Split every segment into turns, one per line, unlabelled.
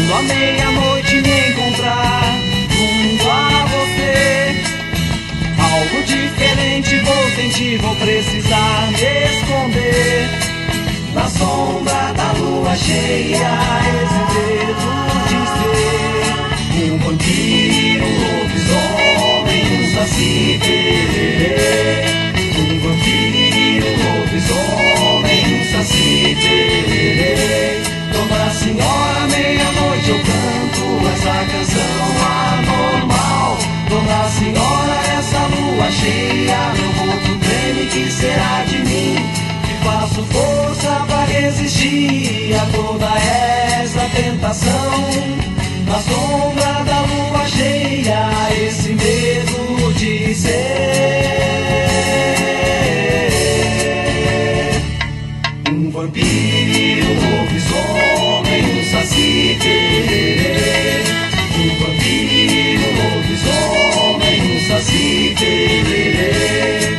à meia-noite me encontrar junto a você. Algo diferente vou sentir, vou precisar me esconder na sombra da lua cheia. Esse dedo de ser um vampiro, um lobisomem, um saci pererê. Um vampiro, um lobisomem, um saci pererê. Dona Senhora, meia-noite eu canto essa canção anormal. Dona Senhora, essa lua cheia, meu corpo treme, que será de mim? Que faço força pra resistir a toda essa tentação. Na sombra da lua cheia, esse medo de ser um vampiro, um lobisomem, um saci pererê. Um vampiro, um lobisomem, um saci pererê.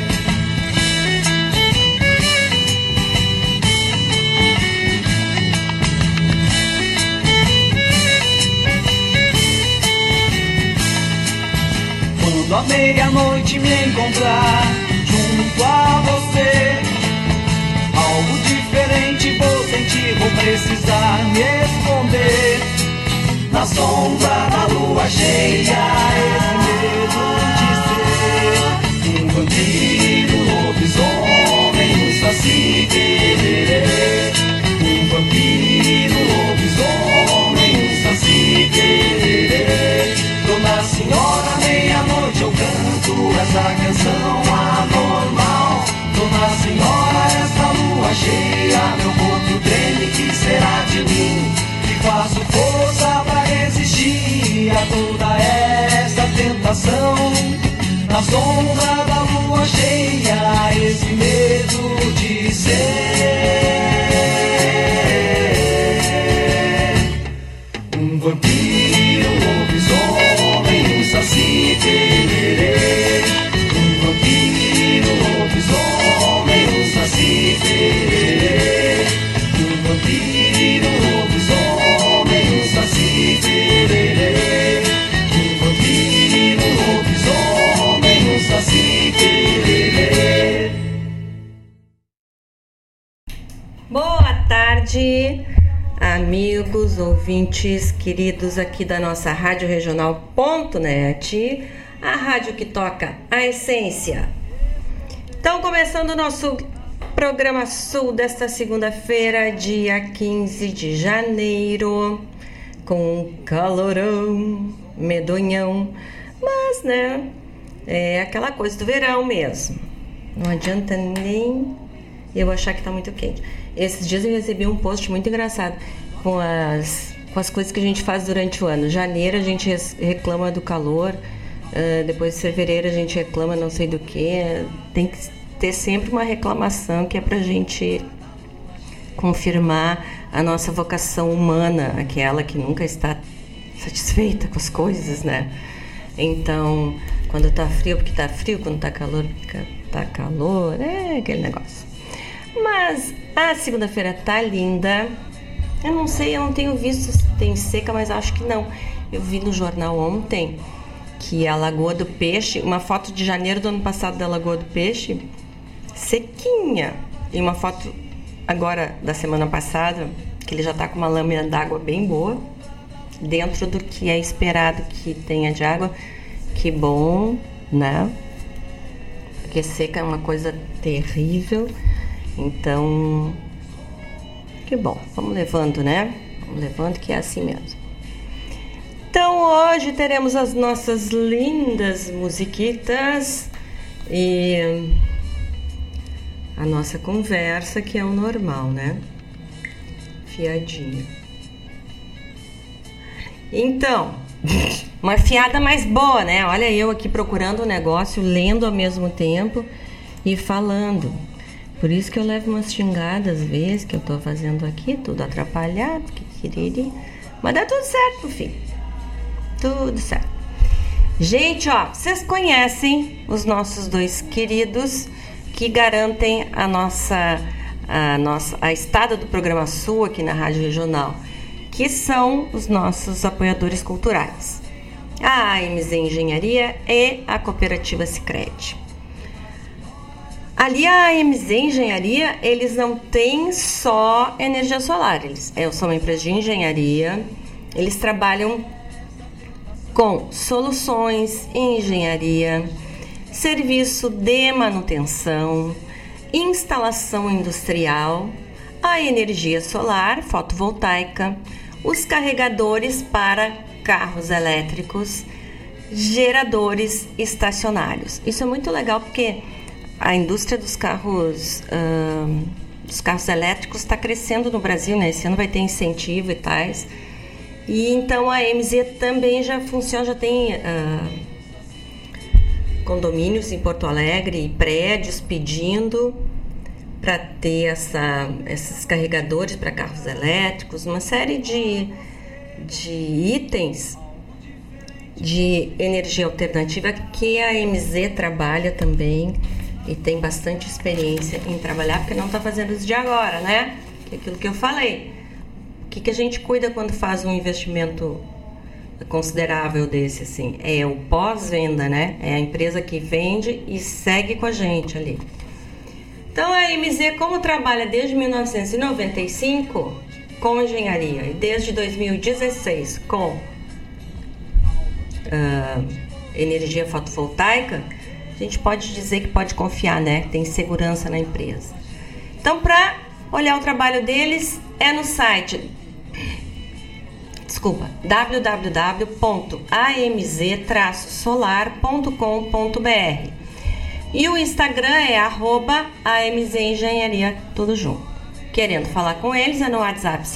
Quando à meia-noite me encontrar junto a você, algo diferente vou sentir, vou precisar me esconder na sombra da lua cheia. Esse medo de ser um vampiro, um lobisomem, um saci pererê. Um vampiro, um lobisomem, um saci pererê. Dona Senhora, meia-noite eu canto essa canção anormal. Dona Senhora, essa lua cheia, meu corpo treme, que será de mim? Que faço força pra resistir a toda essa tentação. Na sombra da lua cheia, esse medo de ser um vampiro, um lobisomem, um saci pererê. Um vampiro, um lobisomem, um saci pererê. Um vampiro, um lobisomem, um saci pererê. Um vampiro, um lobisomem, um saci pererê.
Boa tarde, amigos, ouvintes queridos aqui da nossa Rádio Regional.net, a rádio que toca a essência. Então, começando o nosso programa Sul desta segunda-feira, dia 15 de janeiro, com um calorão medonhão, mas, né, é aquela coisa do verão mesmo. Não adianta nem eu achar que tá muito quente. Esses dias eu recebi um post muito engraçado com as coisas que a gente faz durante o ano. Janeiro a gente reclama do calor, depois de fevereiro a gente reclama não sei do que. Tem que ter sempre uma reclamação que é pra gente confirmar a nossa vocação humana, aquela que nunca está satisfeita com as coisas, né? Então, quando tá frio, porque tá frio, quando tá calor, porque tá calor, é aquele negócio. Mas a segunda-feira tá linda. Eu não sei, eu não tenho visto se tem seca, mas acho que não. Eu vi no jornal ontem que a Lagoa do Peixe, uma foto de janeiro do ano passado da Lagoa do Peixe, sequinha. E uma foto agora da semana passada, que ele já tá com uma lâmina d'água bem boa, dentro do que é esperado que tenha de água. Que bom, né? Porque seca é uma coisa terrível. Então, que bom, vamos levando, né? Vamos levando, que é assim mesmo. Então, hoje teremos as nossas lindas musiquitas e a nossa conversa, que é o normal, né? Fiadinha. Então, uma fiada mais boa, né? Olha eu aqui procurando o negócio, lendo ao mesmo tempo e falando. Por isso que eu levo umas xingadas às vezes, que eu tô fazendo aqui, tudo atrapalhado, mas dá tudo certo, filho. Tudo certo. Gente, ó, vocês conhecem os nossos dois queridos que garantem a estada do programa Sul aqui na Rádio Regional, que são os nossos apoiadores culturais. A AMZ Engenharia e a Cooperativa Sicredi. Ali a AMZ Engenharia, eles não têm só energia solar, eles são uma empresa de engenharia, eles trabalham com soluções em engenharia, serviço de manutenção, instalação industrial, a energia solar, fotovoltaica, os carregadores para carros elétricos, geradores estacionários. Isso é muito legal porque a indústria dos carros elétricos está crescendo no Brasil, né? Esse ano vai ter incentivo e tais. E então a AMZ também já funciona, já tem condomínios em Porto Alegre e prédios pedindo para ter esses carregadores para carros elétricos, uma série de itens de energia alternativa que a AMZ trabalha também e tem bastante experiência em trabalhar, porque não está fazendo isso de agora, né? Que é aquilo que eu falei. O que a gente cuida quando faz um investimento considerável desse, assim? É o pós-venda, né? É a empresa que vende e segue com a gente ali. Então a AMZ, como trabalha desde 1995 com engenharia e desde 2016 com energia fotovoltaica, a gente pode dizer que pode confiar, né? Tem segurança na empresa. Então, para olhar o trabalho deles, é no site www.amz-solar.com.br e o Instagram é @AMZ Engenharia, tudo junto. Querendo falar com eles, é no WhatsApp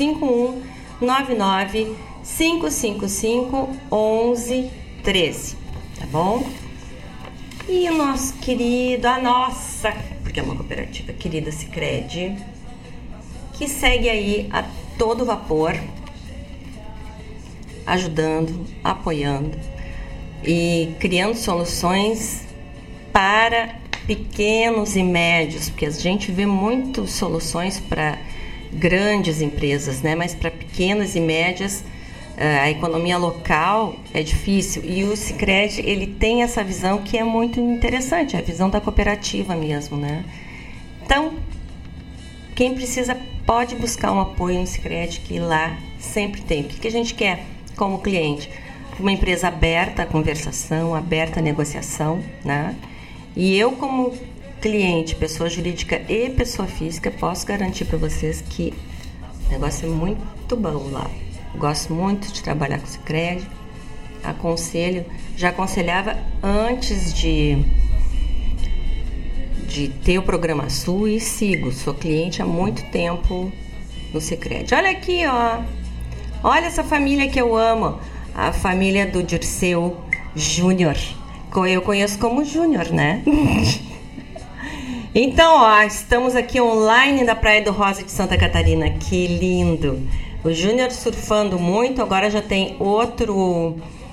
5199-555-1113, tá bom? E o nosso querido, porque é uma cooperativa querida Sicredi, que segue aí a todo vapor, ajudando, apoiando e criando soluções para pequenos e médios, porque a gente vê muitas soluções para grandes empresas, né? Mas para pequenas e médias, a economia local é difícil, e o Sicredi, ele tem essa visão que é muito interessante, a visão da cooperativa mesmo, né? Então, quem precisa pode buscar um apoio no Sicredi, que lá sempre tem. O que a gente quer como cliente? Uma empresa aberta à conversação, aberta à negociação, né? E eu, como cliente, pessoa jurídica e pessoa física, posso garantir para vocês que o negócio é muito bom lá. Gosto muito de trabalhar com o Sicredi, aconselho, já aconselhava antes de ter o programa Sul e sigo, sou cliente há muito tempo no Sicredi. Olha aqui, ó, olha essa família que eu amo, a família do Dirceu Júnior, eu conheço como Júnior, né? Então, ó, estamos aqui online da Praia do Rosa de Santa Catarina, que lindo! O Júnior surfando muito, agora já tem outro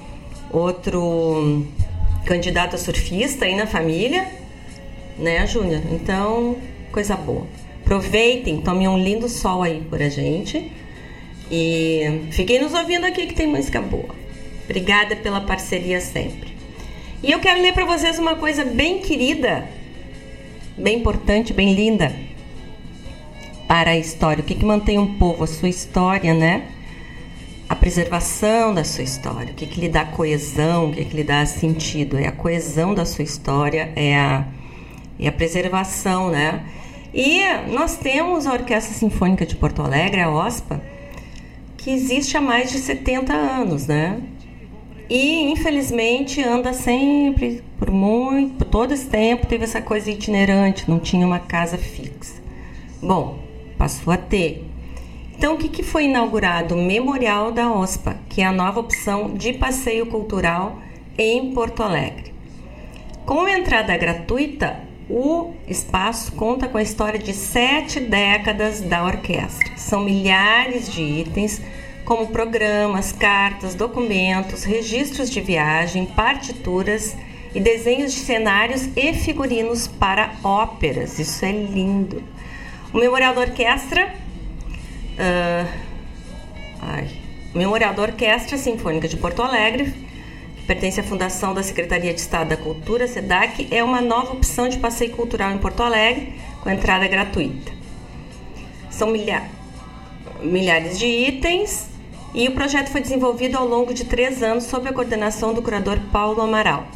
candidato a surfista aí na família, né, Júnior? Então, coisa boa. Aproveitem, tomem um lindo sol aí por a gente e fiquem nos ouvindo aqui que tem música boa. Obrigada pela parceria sempre. E eu quero ler para vocês uma coisa bem querida, bem importante, bem linda para a história. O que mantém um povo? A sua história, né? A preservação da sua história. O que lhe dá coesão, o que lhe dá sentido. É a coesão da sua história, é a preservação, né? E nós temos a Orquestra Sinfônica de Porto Alegre, a OSPA, que existe há mais de 70 anos, né? E, infelizmente, anda sempre, por todo esse tempo, teve essa coisa itinerante, não tinha uma casa fixa. Bom, passou a ter. Então, o que foi inaugurado? O Memorial da OSPA, que é a nova opção de passeio cultural em Porto Alegre. Com entrada gratuita, o espaço conta com a história de 7 décadas da orquestra. São milhares de itens, como programas, cartas, documentos, registros de viagem, partituras e desenhos de cenários e figurinos para óperas. Isso é lindo. O Memorial da Orquestra O Memorial da Orquestra Sinfônica de Porto Alegre, que pertence à Fundação da Secretaria de Estado da Cultura, SEDAC, é uma nova opção de passeio cultural em Porto Alegre, com entrada gratuita. São milhares de itens e o projeto foi desenvolvido ao longo de 3 anos sob a coordenação do curador Paulo Amaral.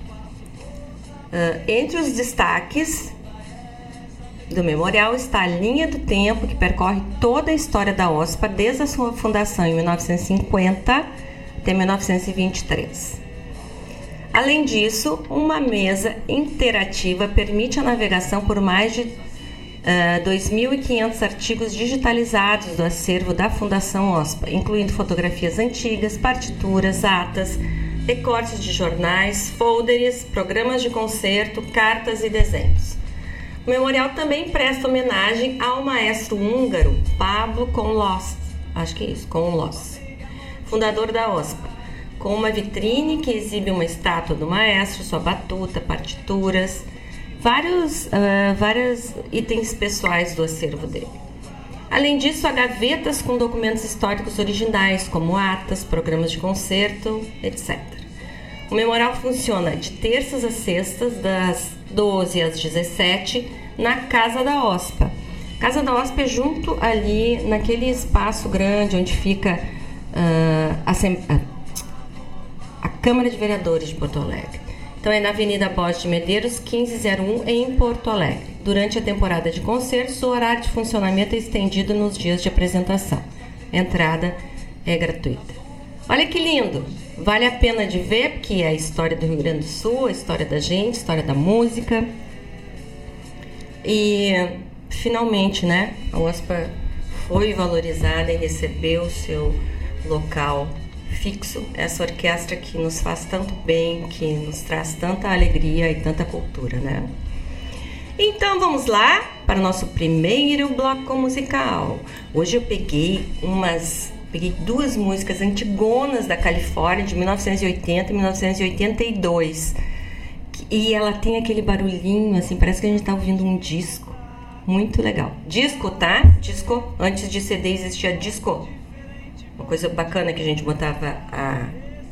Entre os destaques do memorial está a linha do tempo que percorre toda a história da OSPA desde a sua fundação em 1950 até 1923. Além disso, uma mesa interativa permite a navegação por mais de 2.500 artigos digitalizados do acervo da Fundação OSPA, incluindo fotografias antigas, partituras, atas, recortes de jornais, folders, programas de concerto, cartas e desenhos. O memorial também presta homenagem ao maestro húngaro Pablo Conlos, fundador da OSPA, com uma vitrine que exibe uma estátua do maestro, sua batuta, partituras, vários itens pessoais do acervo dele. Além disso, há gavetas com documentos históricos originais, como atas, programas de concerto, etc. O memorial funciona de terças a sextas, das 12 às 17, na Casa da OSPA. Casa da OSPA é junto ali, naquele espaço grande onde fica a Câmara de Vereadores de Porto Alegre. Então é na Avenida Borges de Medeiros, 1501, em Porto Alegre. Durante a temporada de concertos, o horário de funcionamento é estendido nos dias de apresentação. A entrada é gratuita. Olha que lindo! Vale a pena de ver, porque é a história do Rio Grande do Sul, a história da gente, a história da música. E, finalmente, né, a OSPA foi valorizada e recebeu seu local fixo. Essa orquestra que nos faz tanto bem, que nos traz tanta alegria e tanta cultura, né? Então, vamos lá para o nosso primeiro bloco musical. Hoje eu peguei 2 músicas antigonas da Califórnia, de 1980 e 1982. E ela tem aquele barulhinho, assim, parece que a gente tá ouvindo um disco. Muito legal. Disco, tá? Disco. Antes de CD existia disco. Uma coisa bacana que a gente botava a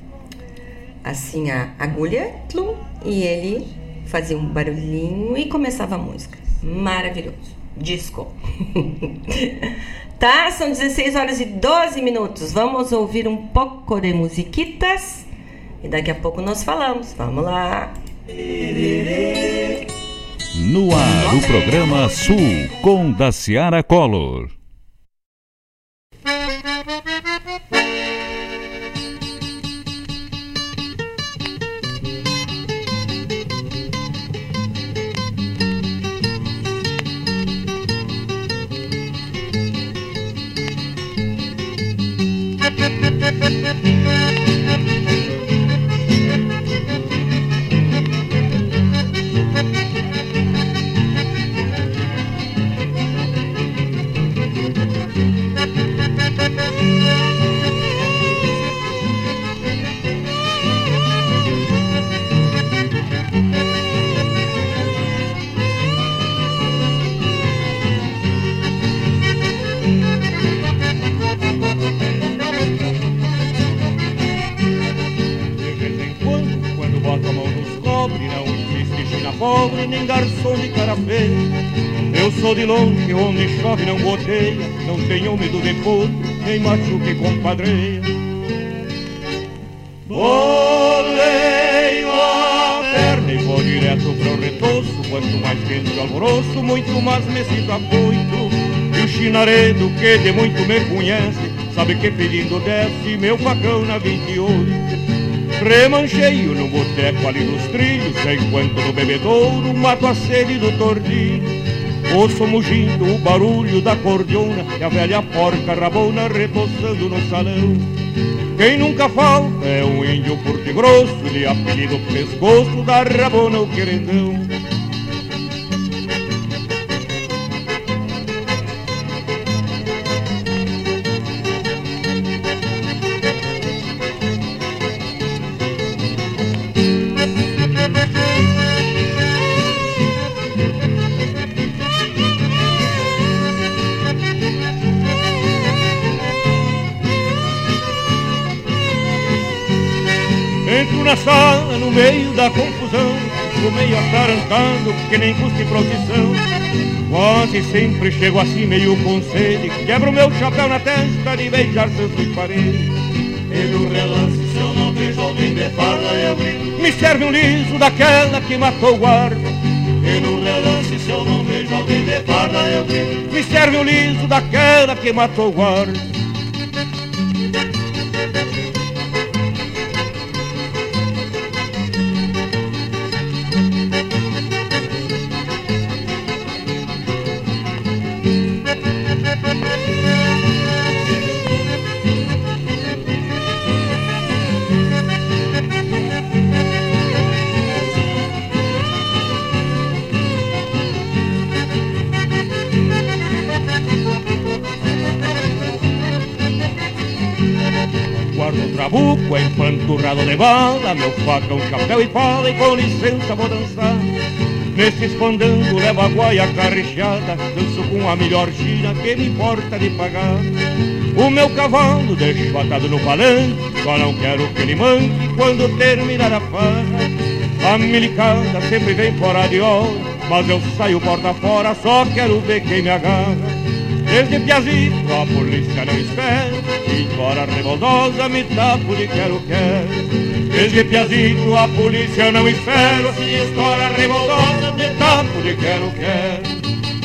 agulha, tlum, e ele fazia um barulhinho e começava a música. Maravilhoso. Disco. Tá, são 16 horas e 12 minutos. Vamos ouvir um pouco de musiquitas e daqui a pouco nós falamos. Vamos lá.
No ar, o programa Sul com Daciara Collor.
Pobre nem garçom de cara feia. Eu sou de longe, onde chove não goteia. Não tenho medo de potro, nem machuque compadreia. Boleio a perna e vou direto pro retoço. Quanto mais quente o alvoroço, muito mais me sinto afoito. E o chinaredo que de muito me conhece, sabe que pedindo desce meu facão na 28. Remancheio no boteco ali nos trilhos, enquanto no bebedouro mato a sede do tordilho. Ouço mugindo o barulho da cordiona e a velha porca rabona retoçando no salão. Quem nunca falta é um índio curto e grosso, de apelido pescoço da rabona o querendão. Entro na sala no meio da confusão, fico meio atarantado que nem custa em procissão. Quase sempre chego assim meio com sede, quebro meu chapéu na testa de beijar santo e parede.
E no relance se eu não vejo alguém de farda eu grito.
Me serve um liso daquela que matou o guarda.
E no relance se eu não vejo alguém de farda eu grito.
Me serve um liso daquela que matou o guarda. Trabuco empanturrado de bala, meu facão, chapéu e pala, e com licença vou dançar. Nesse espandango levo a guaia carrechada, danço com a melhor gira que me importa de pagar. O meu cavalo deixo atado no palanque, só não quero que ele manque quando terminar a farra. A milicada sempre vem fora de hora, mas eu saio porta fora, só quero ver quem me agarra. Desde piazito a polícia não espera, e fora revoltosa me tapo de quero-quero. Desde piazito a polícia não espera, se estoura revoltosa me tapo de quero-quero.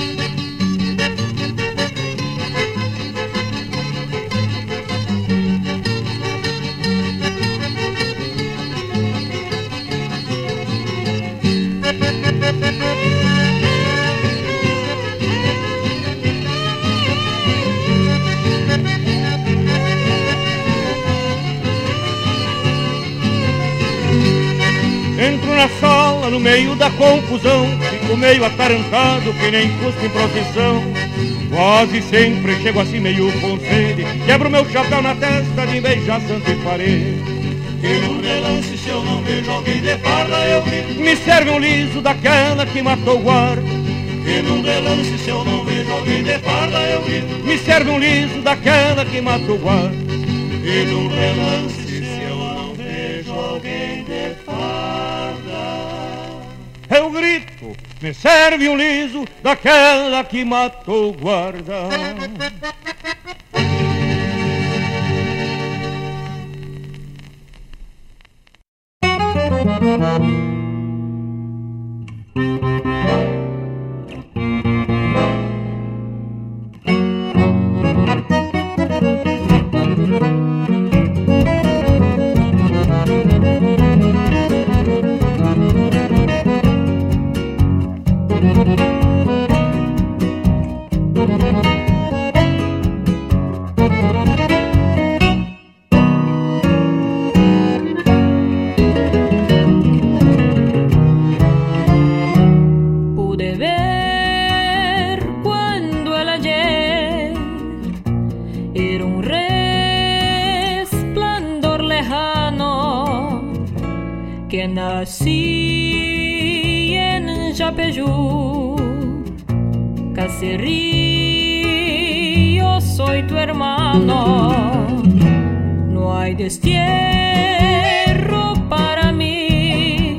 Entro na sala no meio da confusão, fico meio atarantado que nem custa em procissão. Quase sempre chego assim meio com sede, quebro meu chapéu na testa de beijar santo e parede.
E no relance se eu não vejo alguém de farda eu grito.
Me serve um liso daquela que matou o guarda.
E no relance se eu não vejo alguém de farda eu grito.
Me serve um liso daquela que matou o guarda.
E no relance se eu não vejo alguém de farda
eu grito, me serve um liso daquela que matou o guarda.
Nací en Yapeyú, Cacerí, yo soy tu hermano. No hay destierro para mí.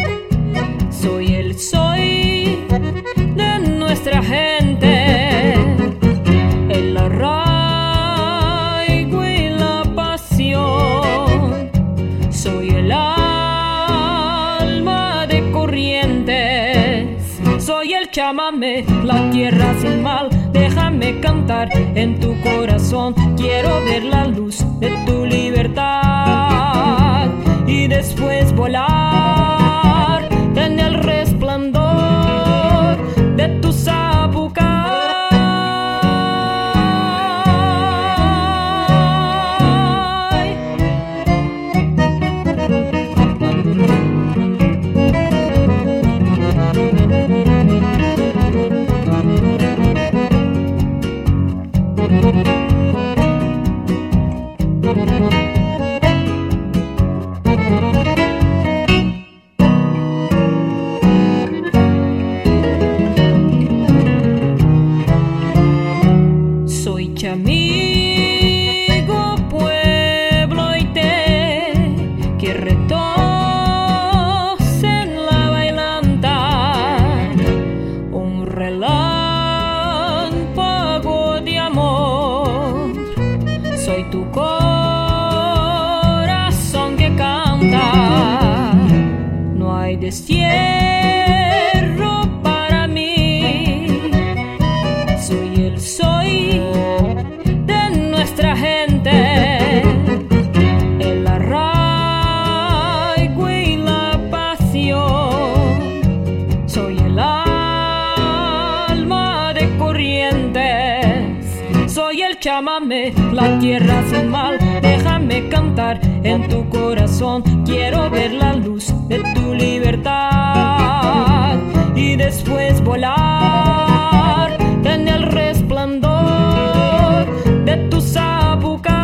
Soy de nuestra gente. El arraigo y la pasión. Soy el soy el chamamé, la tierra sin mal. Déjame cantar en tu corazón. Quiero ver la luz de tu libertad y después volar en el resplandor de tu zapucay. Soy chamigo, pueblo y te que retorno destierro para mí. Soy el soy de nuestra gente, el arraigo y la pasión. Soy el alma de Corrientes, soy el chamamé, la tierra sin mal. Déjame cantar en tu corazón, quiero ver la luz de tu libertad y después volar en el resplandor de tu zapucay.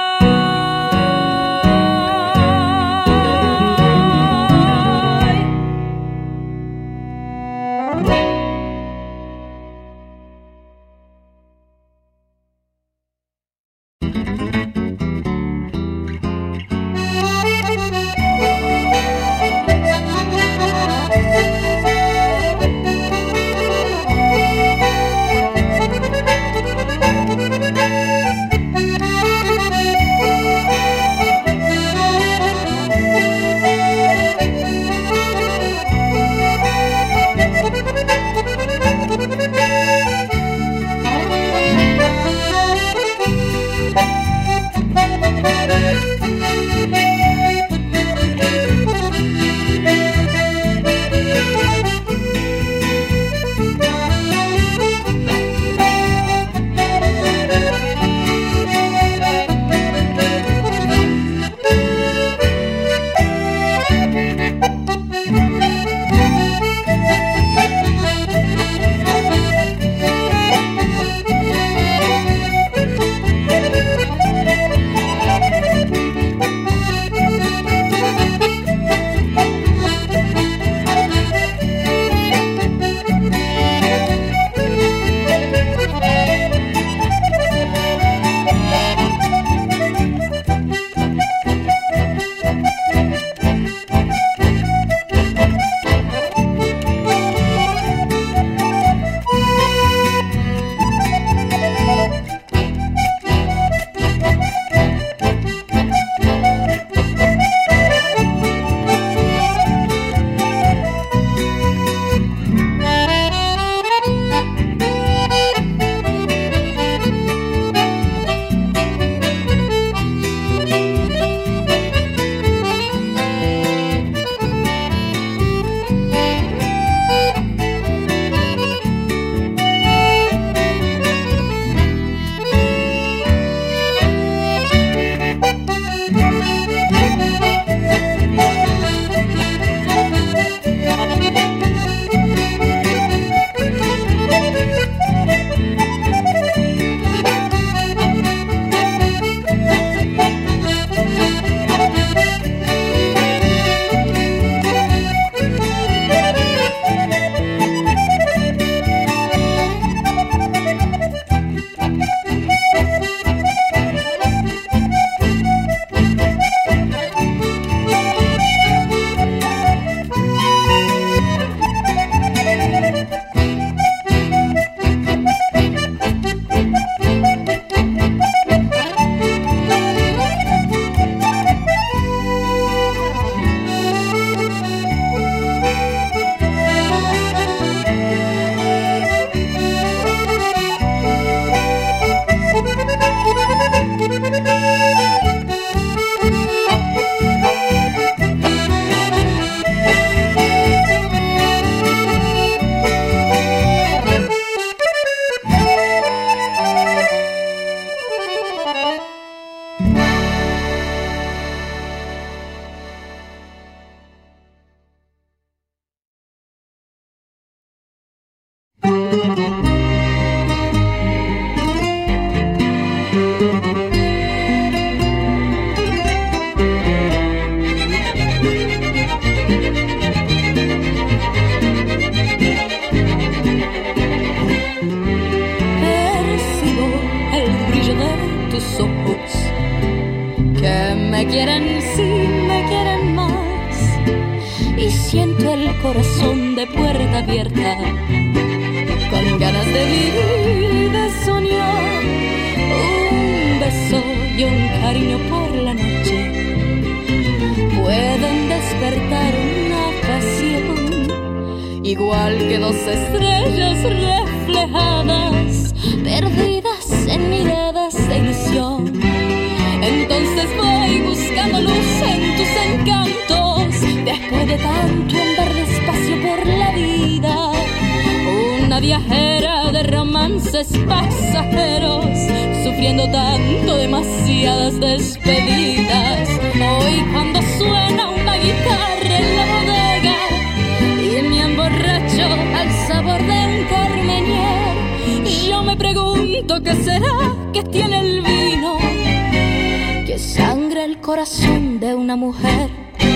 me quieren, sí, me quieren más. Y siento el corazón de puerta abierta, con ganas de vivir y de soñar. Un beso y un cariño por la noche pueden despertar una pasión igual que dos estrellas reflejadas, perdidas en miradas de ilusión. Entonces voy buscando luz en tus encantos, después de tanto andar despacio por la vida, una viajera de romances pasajeros, sufriendo tanto demasiadas despedidas. Hoy cuando suena una guitarra en la bodega y me emborracho al sabor de un carmeñer, yo me pregunto qué será que tiene el vino que sangra el corazón de una mujer.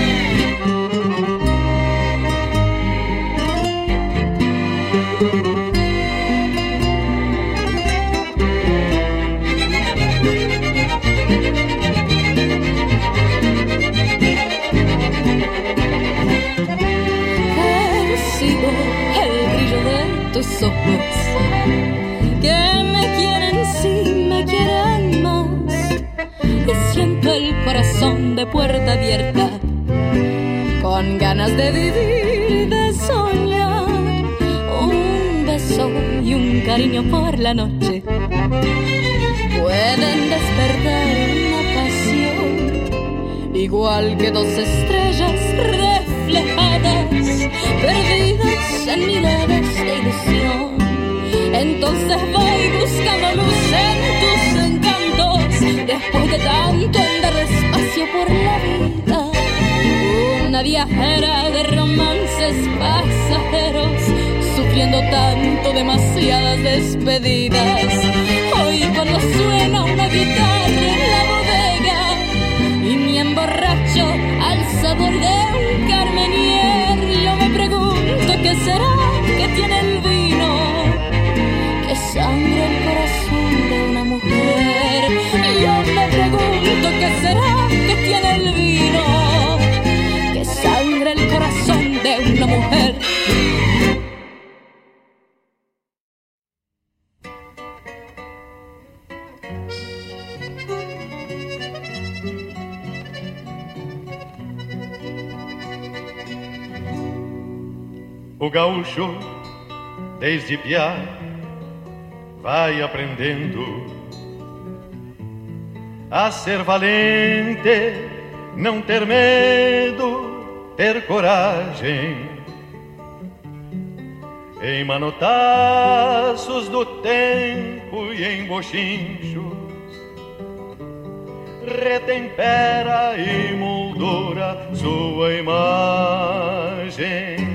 Percibo el brillo de tus ojos que me quieren, sí me quieren más, y siento el corazón de puerta abierta, con ganas de vivir, de soñar, un beso y un cariño por la noche pueden despertar una pasión, igual que dos estrellas reflejadas, perdidas en miradas de ilusión. Entonces voy buscando luz en tus encantos, después de tanto andar despacio por la vida, una viajera de romances pasajeros, sufriendo tanto demasiadas despedidas. Hoy cuando suena una guitarra en la bodega y me emborracho al sabor de un carmenier, yo me pregunto qué será que tiene el vino que sangra el corazón de una mujer. Yo me pregunto qué será que tiene el vino que sangra el corazón de una mujer.
O gaúcho, desde piá, vai aprendendo a ser valente, não ter medo, ter coragem. Em manotaços do tempo e em bochinchos, retempera e moldura sua imagem.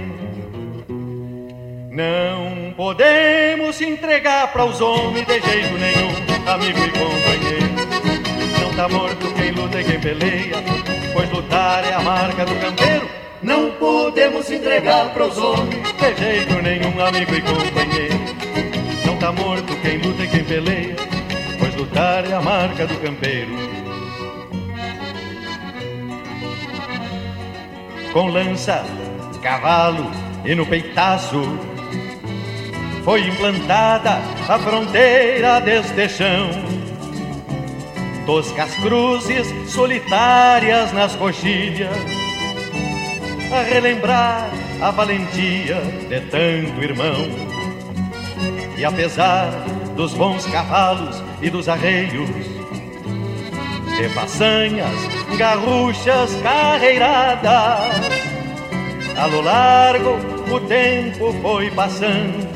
Não podemos se entregar para os homens de jeito nenhum, amigo e companheiro. Não tá morto quem luta e quem peleia, pois lutar é a marca do campeiro. Não podemos se entregar para os homens de jeito nenhum, amigo e companheiro. Não tá morto quem luta e quem peleia, pois lutar é a marca do campeiro. Com lança, cavalo e no peitaço foi implantada a fronteira deste chão. Toscas cruzes solitárias nas coxilhas, a relembrar a valentia de tanto irmão. E apesar dos bons cavalos e dos arreios, de façanhas, garruchas, carreiradas, a lo largo o tempo foi passando,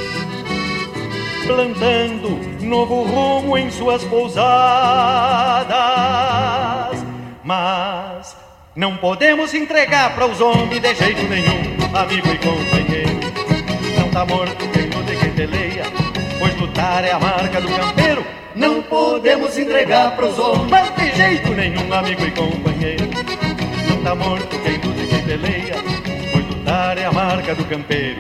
plantando novo rumo em suas pousadas. Mas não podemos entregar para os homens de jeito nenhum, amigo e companheiro. Não tá morto quem luta e quem peleia, pois lutar é a marca do campeiro. Não podemos entregar para os homens, mas de jeito nenhum, amigo e companheiro. Não tá morto quem luta e quem peleia, pois lutar é a marca do campeiro.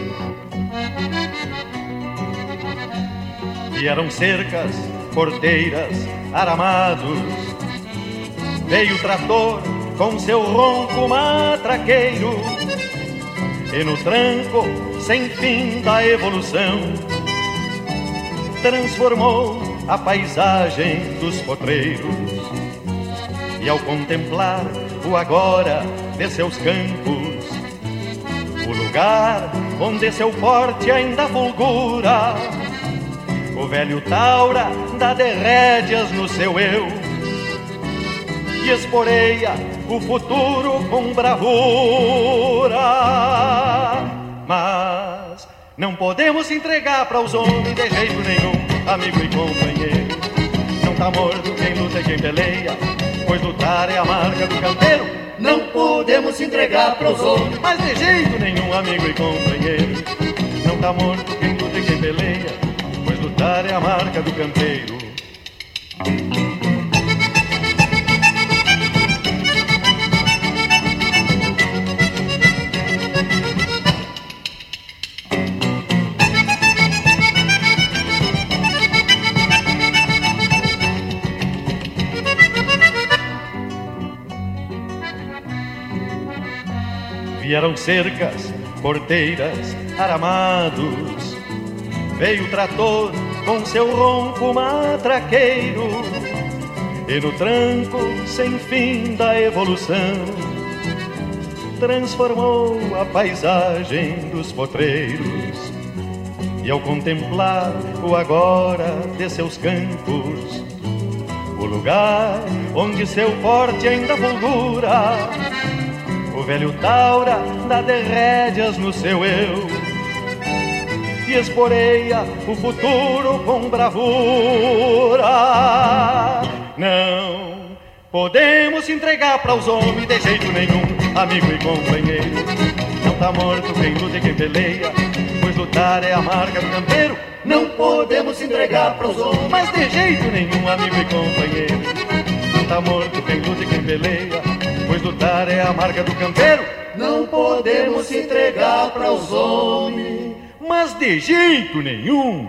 Vieram cercas, porteiras, aramados. Veio o trator com seu ronco matraqueiro, e no tranco sem fim da evolução transformou a paisagem dos potreiros. E ao contemplar o agora de seus campos, o lugar onde seu porte ainda fulgura. O velho taura dá de rédeas no seu eu e esporeia o futuro com bravura. Mas não podemos se entregar para os homens de jeito nenhum, amigo e companheiro. Não tá morto quem luta e quem peleia, pois lutar é a marca do campeiro.
Não podemos se entregar para os homens,
mas de jeito nenhum, amigo e companheiro. Não tá morto quem luta e quem peleia, pois lutar é a marca do campeiro. Vieram cercas, porteiras, aramados. Veio o trator com seu ronco matraqueiro, e no tranco sem fim da evolução transformou a paisagem dos potreiros. E ao contemplar o agora de seus campos, o lugar onde seu porte ainda fulgura, o velho taura dá de rédeas no seu eu e esporeia o futuro com bravura. Não podemos se entregar para os homens de jeito nenhum, amigo e companheiro. Não tá morto quem luta e quem peleia, pois lutar é a marca do campeiro.
Não podemos se entregar para os homens,
mas de jeito nenhum, amigo e companheiro. Não tá morto quem luta e quem peleia, pois lutar é a marca do campeiro.
Não podemos se entregar para os homens,
mas de jeito nenhum.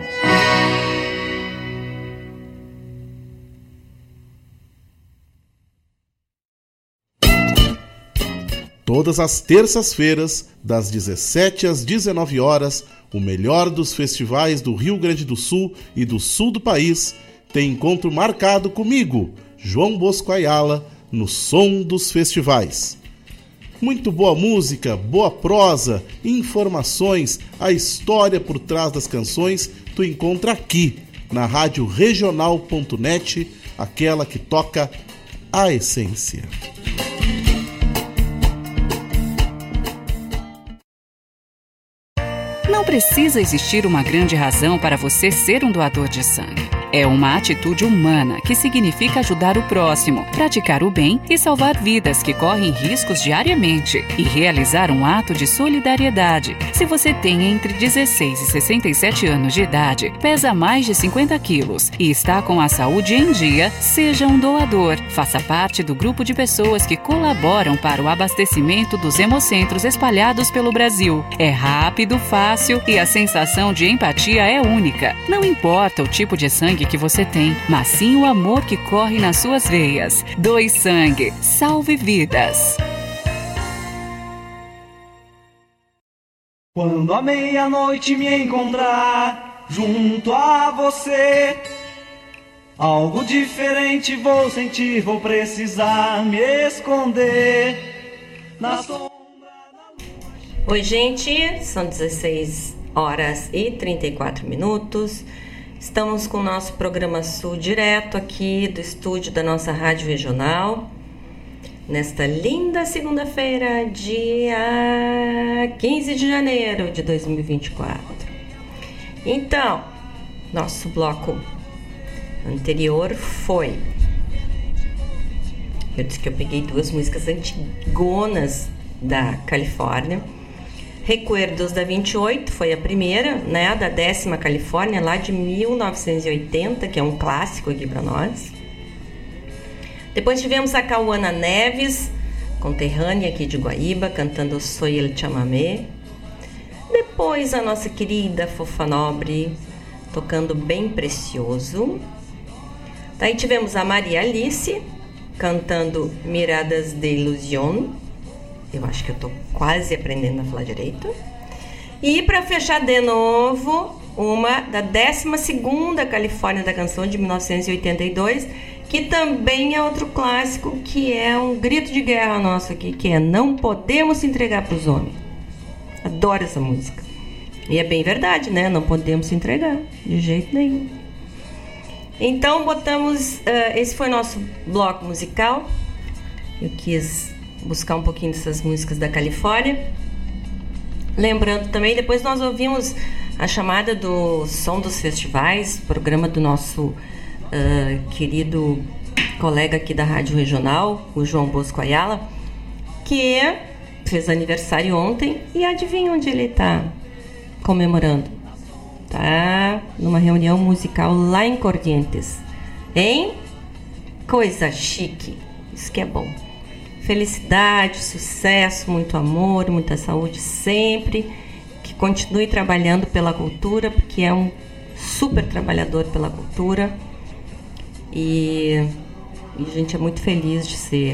Todas as terças-feiras, das 17 às 19 horas, o melhor dos festivais do Rio Grande do Sul e do sul do país tem encontro marcado comigo, João Bosco Ayala, no Som dos Festivais. Muito boa música, boa prosa, informações, a história por trás das canções tu encontra aqui, na Rádio Regional.net, aquela que toca a essência.
Não precisa existir uma grande razão para você ser um doador de sangue. É uma atitude humana que significa ajudar o próximo, praticar o bem e salvar vidas que correm riscos diariamente e realizar um ato de solidariedade. Se você tem entre 16 e 67 anos de idade, pesa mais de 50 quilos e está com a saúde em dia, seja um doador. Faça parte do grupo de pessoas que colaboram para o abastecimento dos hemocentros espalhados pelo Brasil. É rápido, fácil e a sensação de empatia é única. Não importa o tipo de sangue que você tem, mas sim o amor que corre nas suas veias. Doe sangue, salve vidas.
Quando à meia-noite me encontrar junto a você, algo diferente vou sentir, vou precisar me esconder na sombra da lua.
Oi, gente, são 16 horas e 34 minutos. Estamos com o nosso programa Sul direto aqui do estúdio da nossa Rádio Regional, nesta linda segunda-feira, dia 15 de janeiro de 2024. Então, nosso bloco anterior foi... Eu disse que eu peguei duas músicas antigonas da Califórnia. Recuerdos da 28 foi a primeira, né, da 10ª Califórnia, lá de 1980, que é um clássico aqui para nós. Depois tivemos a Cauana Neves, conterrânea aqui de Guaíba, cantando Soy el Chamamé. Depois a nossa querida Fofa Nobre, tocando Bem Precioso. Daí tivemos a Maria Alice, cantando Miradas de Ilusión. Eu acho que eu tô quase aprendendo a falar direito. E para fechar de novo, uma da 12ª Califórnia da Canção, de 1982, que também é outro clássico, que é um grito de guerra nosso aqui, que é Não Podemos Se Entregar para os Homens. Adoro essa música. E é bem verdade, né? Não podemos se entregar de jeito nenhum. Então botamos, esse foi o nosso bloco musical. Eu quis buscar um pouquinho dessas músicas da Califórnia. Lembrando também, depois nós ouvimos a chamada do Som dos Festivais, programa do nosso querido colega aqui da Rádio Regional, o João Bosco Ayala, que fez aniversário ontem, e adivinha onde ele está comemorando? Tá numa reunião musical lá em Corrientes, hein? Coisa chique, isso que é bom. Felicidade, sucesso, muito amor, muita saúde sempre, que continue trabalhando pela cultura, porque é um super trabalhador pela cultura, e a gente é muito feliz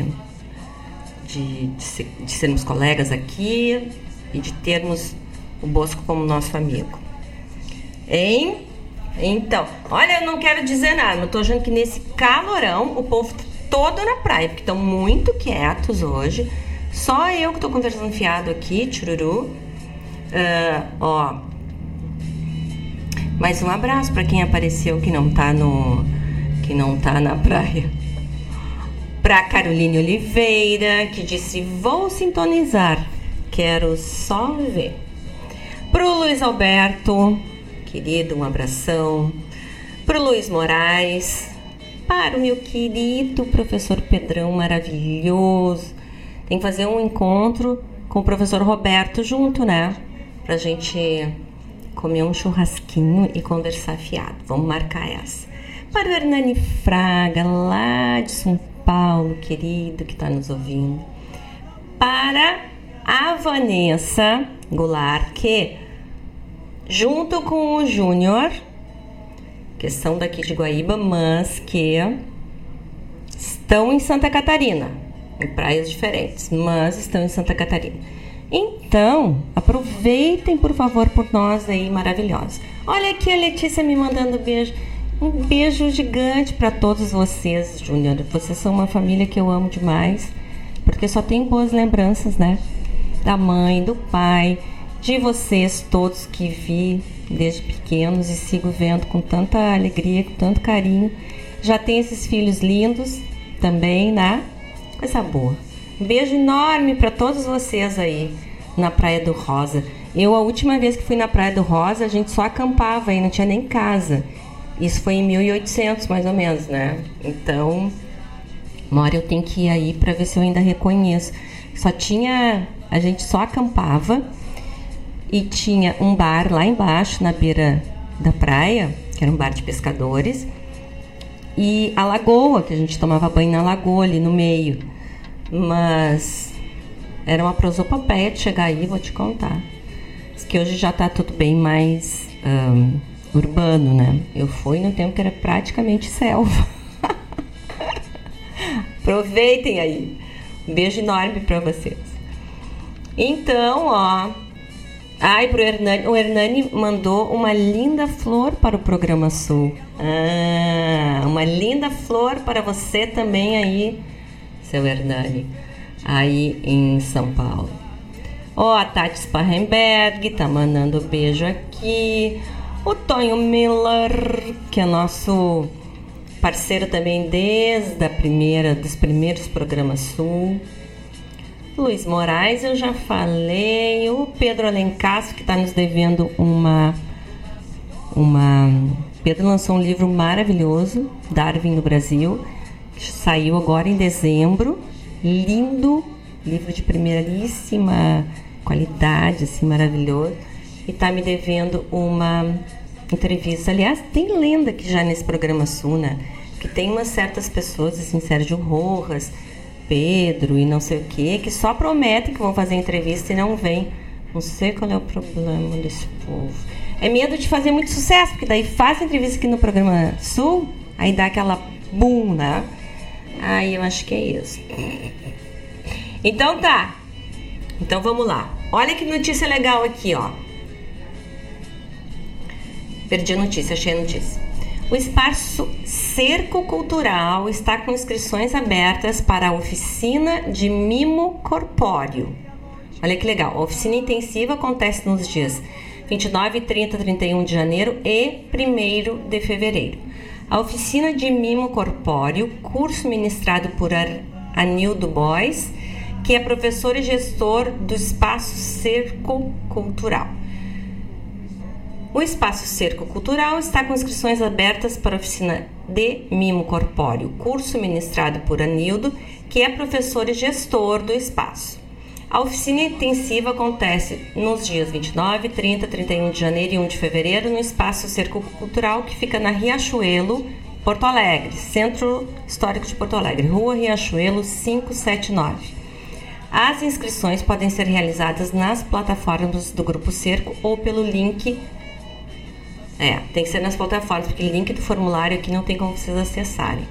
de sermos colegas aqui e de termos o Bosco como nosso amigo. Hein? Então, olha, eu não quero dizer nada, mas eu tô achando que nesse calorão o povo tá todo na praia, porque estão muito quietos hoje. Só eu que tô conversando fiado aqui, tchururu. Mais um abraço para quem apareceu que não tá na praia. Pra Caroline Oliveira, que disse: vou sintonizar, quero só ver. Pro Luiz Alberto, querido, um abração. Pro Luiz Moraes, para o meu querido professor Pedrão, maravilhoso. Tem que fazer um encontro com o professor Roberto junto, né? Pra gente comer um churrasquinho e conversar fiado. Vamos marcar essa. Para o Hernani Fraga, lá de São Paulo, querido, que está nos ouvindo. Para a Vanessa Goulart, que junto com o Júnior, que são daqui de Guaíba, mas que estão em Santa Catarina, em praias diferentes, mas estão em Santa Catarina. Então, aproveitem, por favor, por nós aí, maravilhosos. Olha aqui a Letícia me mandando beijo. Um beijo gigante para todos vocês, Júnior. Vocês são uma família que eu amo demais, porque só tenho boas lembranças, né? Da mãe, do pai, de vocês todos que vi desde pequenos e sigo vendo com tanta alegria, com tanto carinho. Já tenho esses filhos lindos também, né? Coisa boa. Um beijo enorme para todos vocês aí na Praia do Rosa. A última vez que fui na Praia do Rosa, a gente só acampava aí, não tinha nem casa. Isso foi em 1800, mais ou menos, né? Então, uma hora eu tenho que ir aí para ver se eu ainda reconheço. A gente só acampava e tinha um bar lá embaixo, na beira da praia, que era um bar de pescadores, e a lagoa, que a gente tomava banho na lagoa ali no meio. Mas era uma prosopopeia de chegar aí, vou te contar. Diz que hoje já está tudo bem mais urbano, né? Eu fui no tempo que era praticamente selva. Aproveitem aí. Um beijo enorme para vocês. Então, pro Hernani. O Hernani mandou uma linda flor para o Programa Sul. Uma linda flor para você também aí, seu Hernani, aí em São Paulo. A Tati Sparrenberg tá mandando beijo aqui. O Tonho Miller, que é nosso parceiro também desde dos primeiros Programas Sul. Luiz Moraes, eu já falei. O Pedro Alencastro, que está nos devendo Pedro lançou um livro maravilhoso, Darwin no Brasil, que saiu agora em dezembro. Lindo, livro de primeiríssima qualidade, assim, maravilhoso. E está me devendo uma entrevista. Aliás, tem lenda que já nesse Programa Sul, né? Que tem umas certas pessoas, assim, Sérgio Rojas, Pedro e não sei o quê, que só prometem que vão fazer entrevista e não vêm. Não sei qual é o problema desse povo. É medo de fazer muito sucesso, porque daí faz entrevista aqui no Programa Sul, aí dá aquela boom, né? Aí eu acho que é isso. Então tá. Então vamos lá. Olha que notícia legal aqui, Perdi a notícia, achei a notícia. O Espaço Cerco Cultural está com inscrições abertas para a oficina de mimo corpóreo. Olha que legal. A oficina intensiva acontece nos dias 29, 30, 31 de janeiro e 1º de fevereiro. A oficina de mimo corpóreo, curso ministrado por Anildo Bois, que é professor e gestor do Espaço Cerco Cultural. O Espaço Cerco Cultural está com inscrições abertas para a oficina de mimo corpóreo, curso ministrado por Anildo, que é professor e gestor do espaço. A oficina intensiva acontece nos dias 29, 30, 31 de janeiro e 1 de fevereiro no Espaço Cerco Cultural, que fica na Riachuelo, Porto Alegre, Centro Histórico de Porto Alegre, Rua Riachuelo 579. As inscrições podem ser realizadas nas plataformas do Grupo Cerco ou pelo link. Tem que ser nas plataformas, porque o link do formulário aqui não tem como vocês acessarem.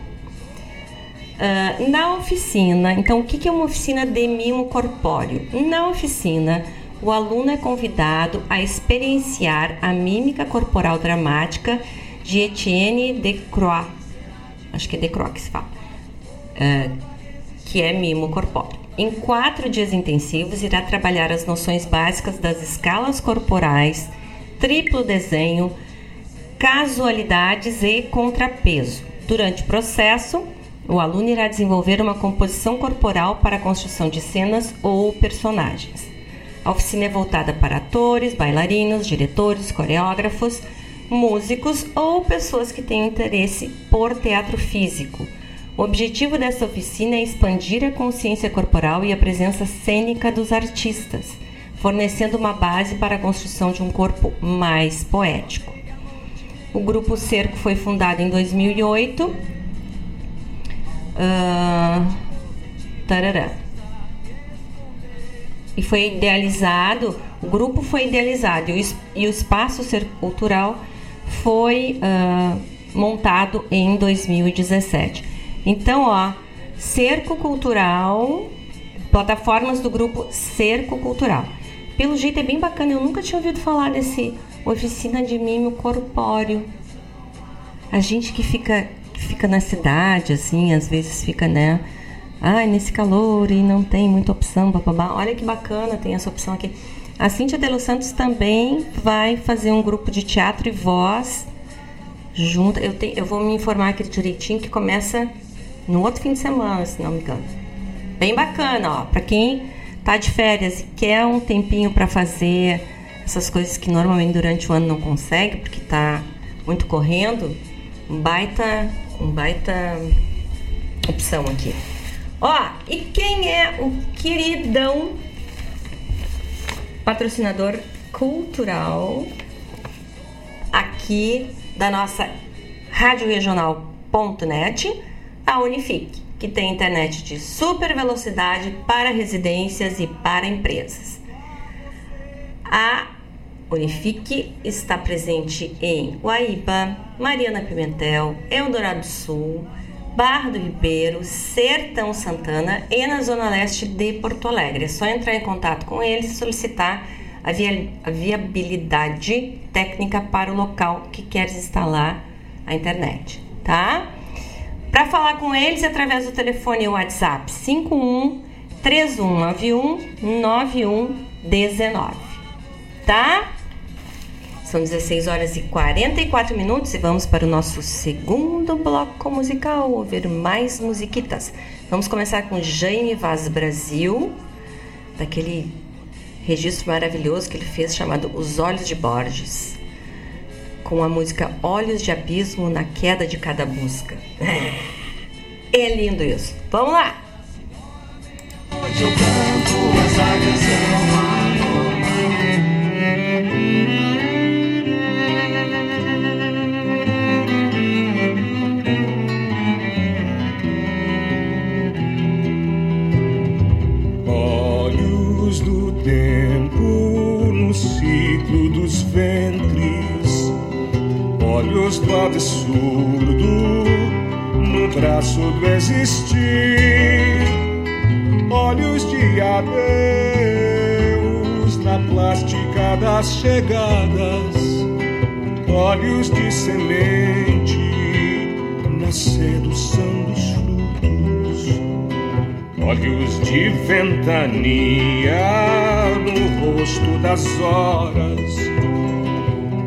Na oficina, então o que é uma oficina de mimo corpóreo? Na oficina, o aluno é convidado a experienciar a mímica corporal dramática de Etienne Decroix, acho que é Decroix que se fala, que é mimo corpóreo. Em 4 dias intensivos, irá trabalhar as noções básicas das escalas corporais, triplo desenho, casualidades e contrapeso. Durante o processo, o aluno irá desenvolver uma composição corporal para a construção de cenas ou personagens. A oficina é voltada para atores, bailarinos, diretores, coreógrafos, músicos ou pessoas que tenham interesse por teatro físico. O objetivo dessa oficina é expandir a consciência corporal e a presença cênica dos artistas, fornecendo uma base para a construção de um corpo mais poético. O Grupo Cerco foi fundado em 2008. E foi idealizado, o grupo foi idealizado e o Espaço Cerco Cultural foi montado em 2017. Então, Cerco Cultural, plataformas do Grupo Cerco Cultural. Pelo jeito é bem bacana, eu nunca tinha ouvido falar desse oficina de mimo corpóreo. A gente que fica na cidade, assim, às vezes fica, né? Nesse calor e não tem muita opção, bababá. Olha que bacana, tem essa opção aqui. A Cíntia de Los Santos também vai fazer um grupo de teatro e voz junto. Eu vou me informar aqui direitinho, que começa no outro fim de semana, se não me engano. Bem bacana, para quem tá de férias e quer um tempinho para fazer essas coisas que normalmente durante o ano não consegue, porque tá muito correndo, um baita opção aqui. E quem é o queridão patrocinador cultural aqui da nossa radioregional.net? A Unifique, que tem internet de super velocidade para residências e para empresas. A Unifique está presente em Guaíba, Mariana Pimentel, Eldorado do Sul, Barra do Ribeiro, Sertão Santana e na Zona Leste de Porto Alegre. É só entrar em contato com eles e solicitar a viabilidade técnica para o local que queres instalar a internet, tá? Para falar com eles, através do telefone WhatsApp 51 3191 9119, tá? São 16 horas e 44 minutos e vamos para o nosso segundo bloco musical, ouvir mais musiquitas. Vamos começar com Jaime Vaz Brasil, daquele registro maravilhoso que ele fez chamado Os Olhos de Borges, com a música Olhos de Abismo na Queda de Cada Busca. É lindo isso. Vamos lá!
Hoje eu canto essa canção.
Olhos do absurdo no traço do existir, olhos de adeus na plástica das chegadas, olhos de semente na sedução dos frutos, olhos de ventania no rosto das horas,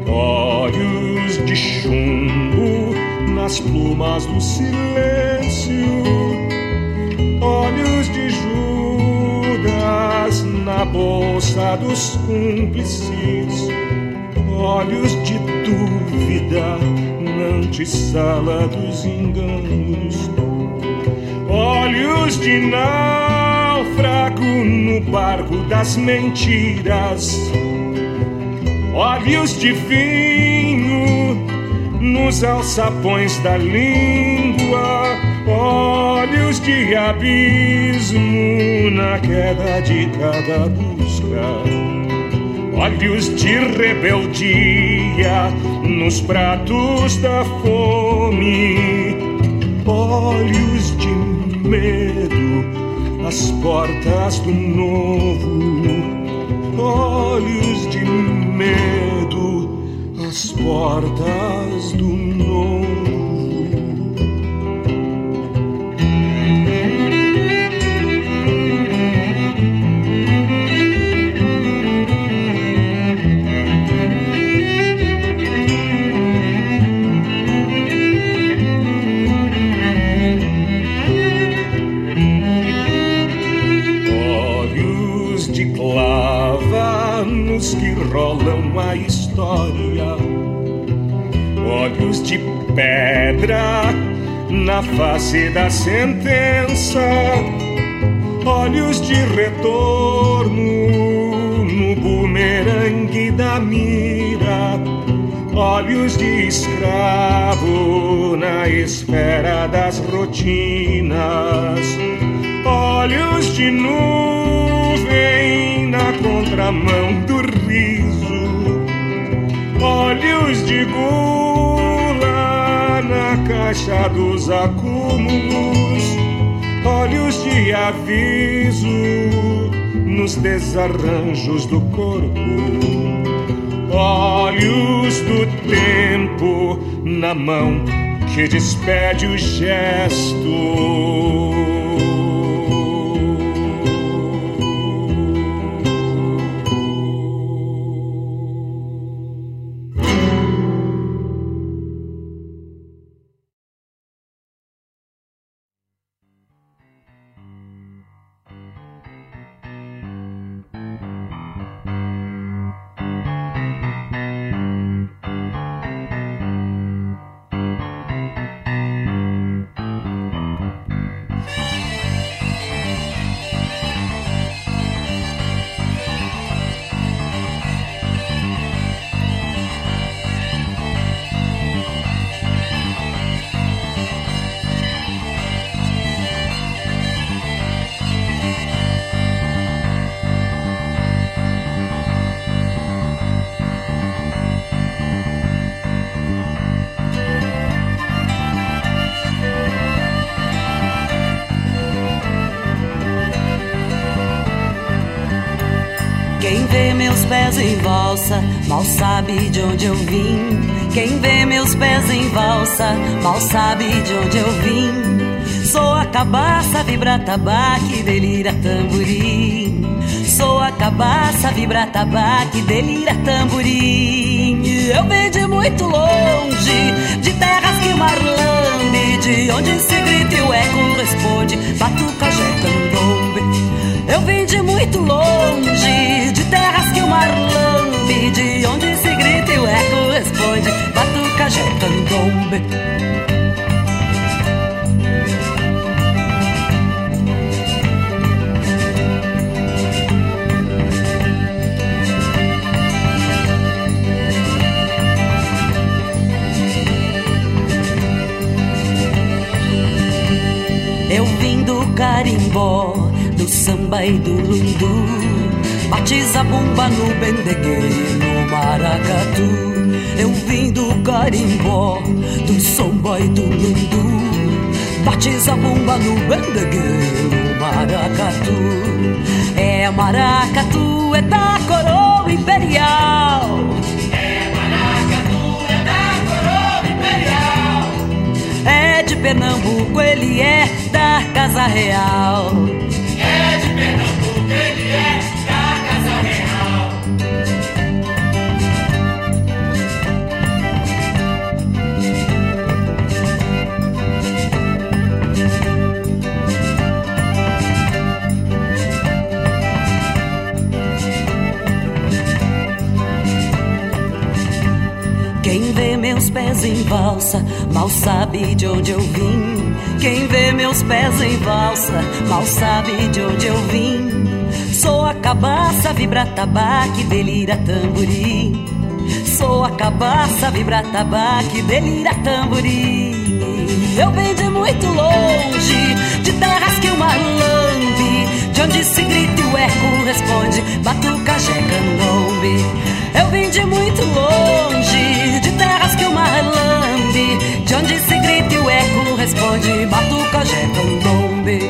olhos de chumbo nas plumas do silêncio, olhos de Judas na bolsa dos cúmplices, olhos de dúvida na antessala dos enganos, olhos de náufrago no barco das mentiras, olhos de vinho nos alçapões da língua, olhos de abismo na queda de cada busca, olhos de rebeldia nos pratos da fome, olhos de medo às portas do novo, olhos de medo às portas do novo. Que rolam a história, olhos de pedra na face da sentença, olhos de retorno no bumerangue da mira, olhos de escravo na espera das rotinas, olhos de nuvem na contramão do riso, olhos de gula na caixa dos acúmulos, olhos de aviso nos desarranjos do corpo, olhos do tempo na mão que despede o gesto.
Quem vê meus pés em valsa, mal sabe de onde eu vim. Quem vê meus pés em valsa, mal sabe de onde eu vim. Sou a cabaça, vibra tabaque, delira tamborim. Sou a cabaça, vibra tabaque, delira tamborim. Eu venho de muito longe, de terras que o mar lambe, de onde se grita e o eco responde, batucajé, candombe. Eu vim de muito longe, de terras que o mar lambe, de onde se grita e o eco responde, batucajé, candombe. Eu vim do carimbó, do samba e do lundu, bate zabumba no bendeguê e no maracatu. Eu vim do carimbó, do samba e do lundu, bate zabumba no bendeguê e no maracatu. É maracatu, é da coroa imperial. É maracatu, é da coroa imperial. É de Pernambuco, ele é da Casa Real. É de Pernambuco, ele é da Casa Real. meus pés em valsa, mal sabe de onde eu vim. Quem vê meus pés em valsa, mal sabe de onde eu vim. Sou a cabaça, vibra tabaque, delira tamborim. Sou a cabaça, vibra tabaque, delira tamborim. Eu venho de muito longe, de terras que o mar lambe, de onde se grita e o eco responde, batucajé, candombe. Eu vim de muito longe, de terras que o mar lambe, de onde se grita e o eco responde, batucajé, candombe.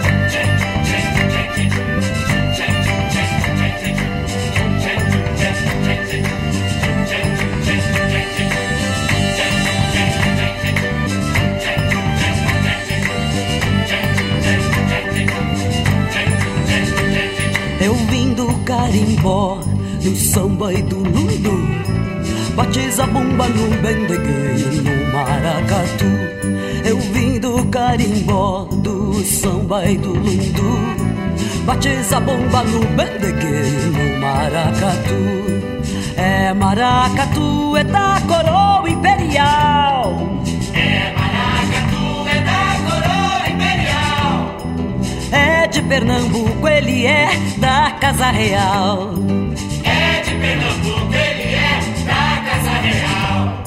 Eu vim do carimbó, do samba e do lundu, bate zabumba no bendeguê e no maracatu. Eu vim do carimbó, do samba e do lundu, bate zabumba no bendeguê e no maracatu. É maracatu, é da coroa imperial. É maracatu, é da coroa imperial. É de Pernambuco, ele é da Casa Real. É de Pernambuco, ele é da Casa Real.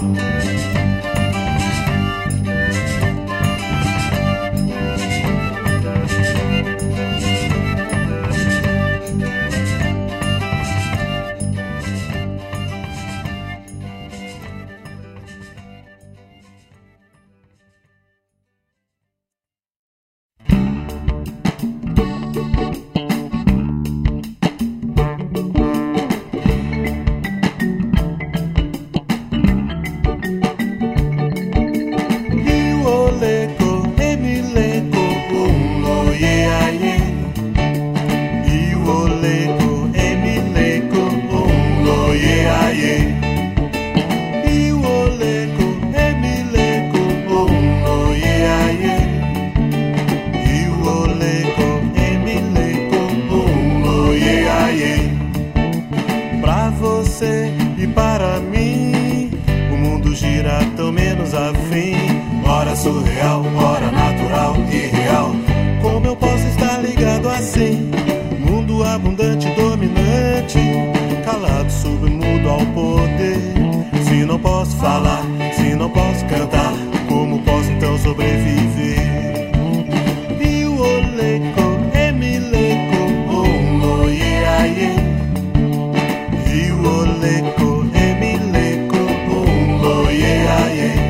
Surreal, ora natural e real. Como eu posso estar ligado assim? Mundo abundante, dominante, calado, submudo ao poder. Se não posso falar, se não posso cantar, como posso então sobreviver? E o oleco, emileco, oh, yeah, yeah. E o oleco, emileco, oh, yeah, yeah.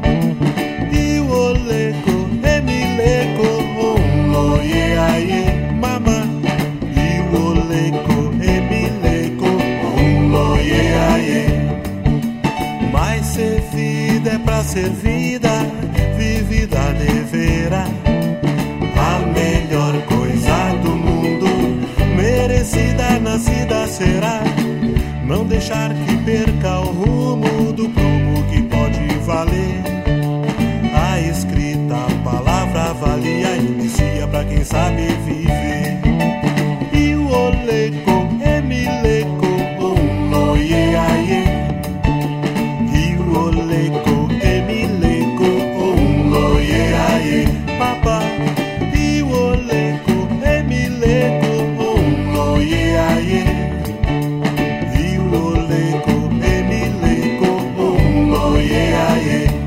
É pra ser vida, vivida deverá. A melhor coisa do mundo, merecida, nascida será. Não deixar que perca o rumo do prumo que pode valer. A escrita, a palavra valia, inicia pra quem sabe viver. E o oleco, emileco, no yeah, yeah. E o oleco, papa, e o oleco, emileco, oh, yeah, yeah. E o oleco, emileco, oh, yeah, yeah.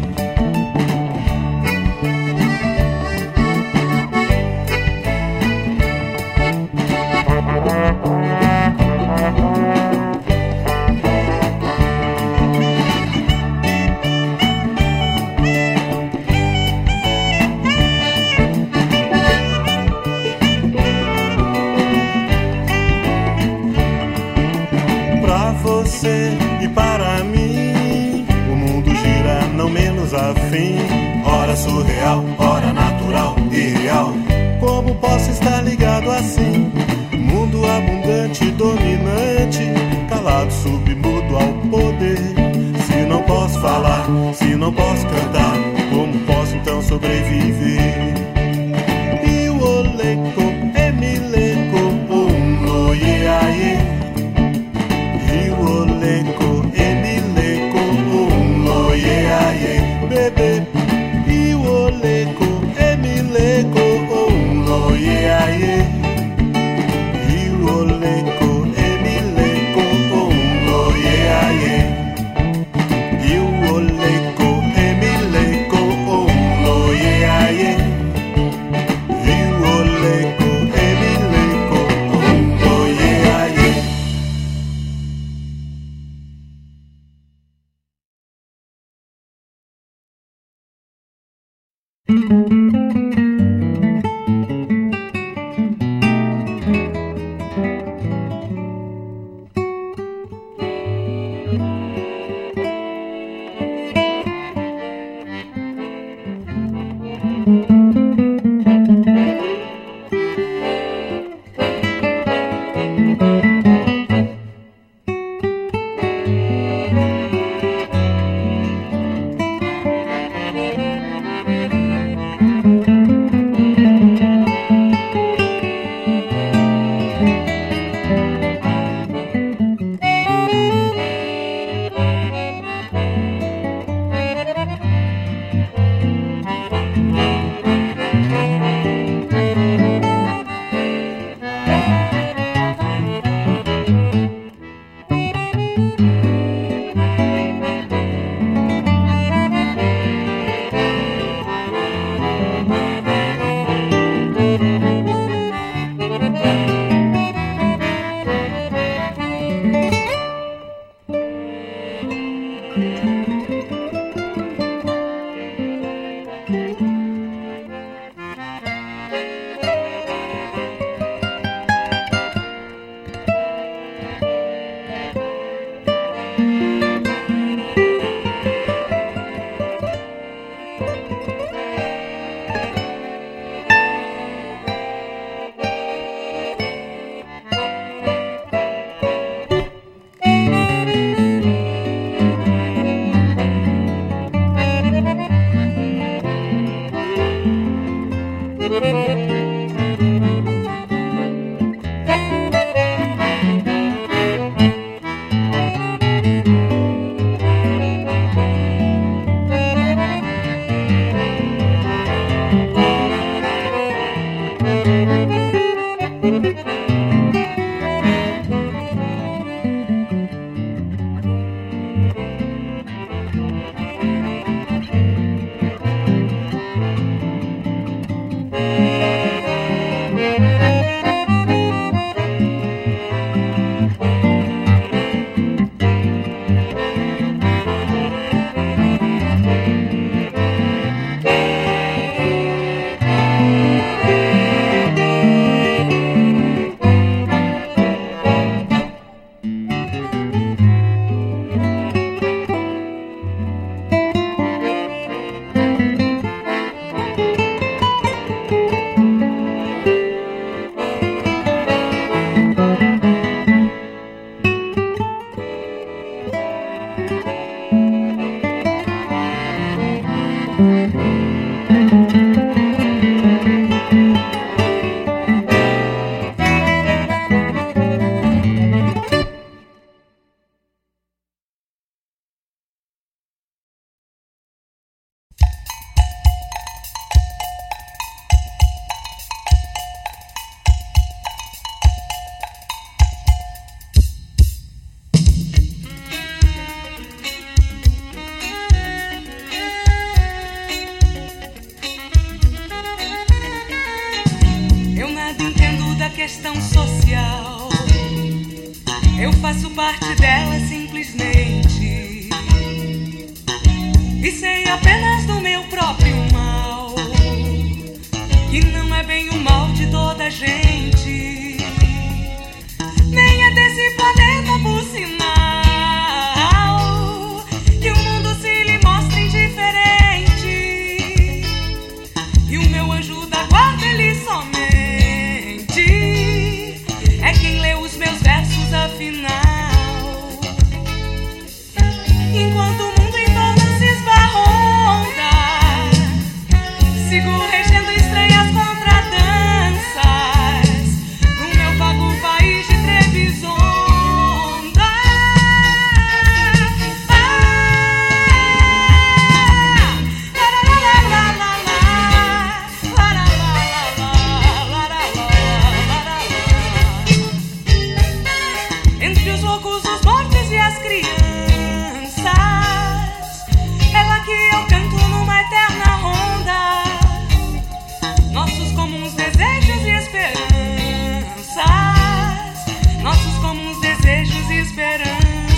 E para mim o mundo gira não menos afim. Ora surreal, ora natural e real. Como posso estar ligado assim? Mundo abundante, dominante, calado, submudo ao poder. Se não posso falar, se não posso cantar, como posso então sobreviver? E o oleco, emileco, oh, yeah, yeah. E o oleco, emileco, oh, yeah.
Eu faço parte dela simplesmente e sei apenas do meu próprio mal, que não é bem o mal de toda a gente, nem é desse planeta por sinal, que o mundo se lhe mostra indiferente, e o meu anjo da guarda ele somente é quem lê os meus versos afinal. Enquanto o mundo em torno se esbarronda, sigo regendo estranhas contradanças no meu vago país de Trebisonda. Entre os loucos, os mortos e as crianças, é lá que eu canto numa eterna ronda nossos comuns desejos e esperanças, nossos comuns desejos e esperanças.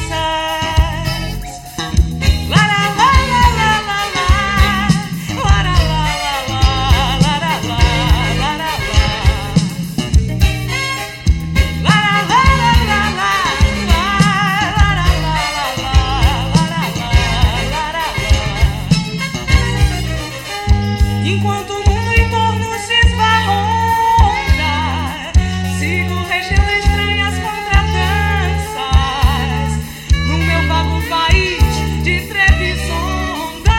Enquanto o mundo em torno se esbarronda, sigo regendo estranhas contradanças no meu vago país de Trebisonda.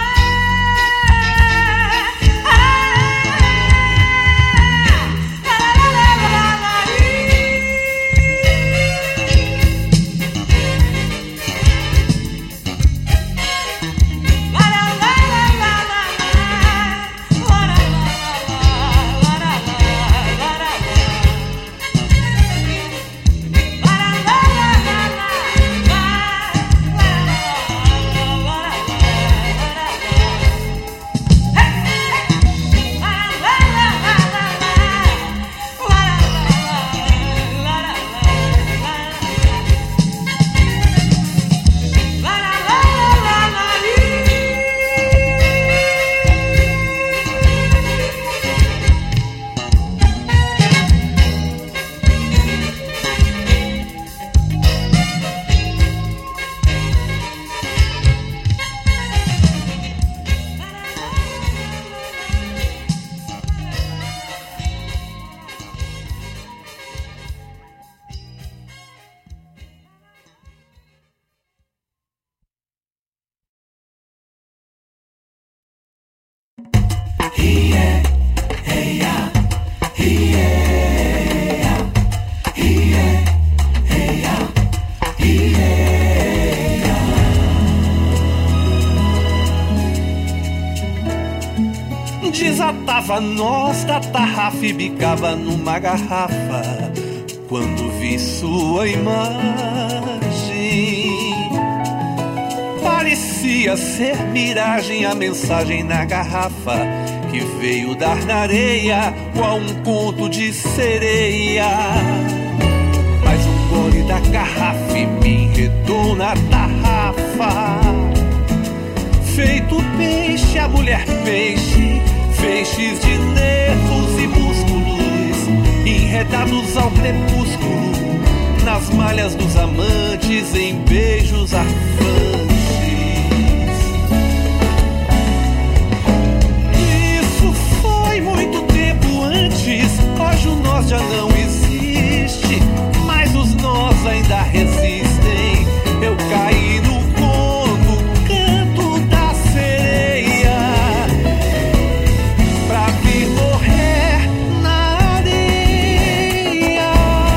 Desatava nós da tarrafa e bicava numa garrafa quando vi sua imagem. Parecia ser miragem a mensagem na garrafa que veio dar na areia qual um conto de sereia. Mais um gole da garrafa e me enredou na tarrafa. Feito peixe, a mulher peixe, feixes de nervos e músculos enredados ao crepúsculo, nas malhas dos amantes, em beijos arfantes. Isso foi muito tempo antes, hoje o nós já não existe, mas os nós ainda resistem. Eu caí no conto, canto da sereia, pra vir morrer na areia.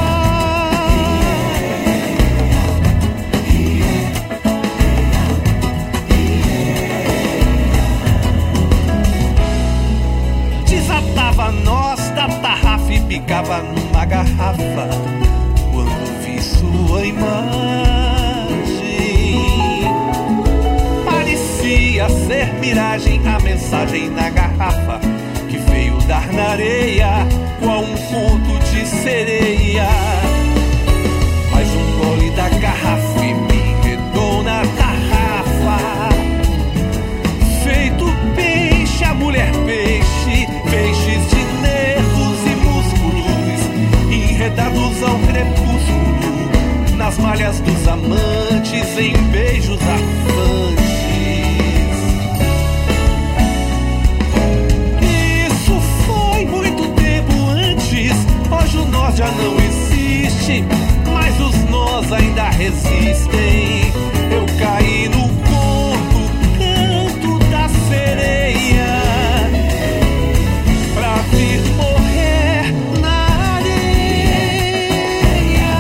Desatava nós da tarrafa e picava numa garrafa quando vi sua imagem. Parecia ser miragem a mensagem na garrafa que veio dar na areia qual um conto de sereia. Mais um gole da luz ao crepúsculo, nas malhas dos amantes, em beijos afantes. Isso foi muito tempo antes, hoje o nós já não existe, mas os nós ainda resistem. Eu caí no corpo, canto da sereia, pra vir morrer na areia.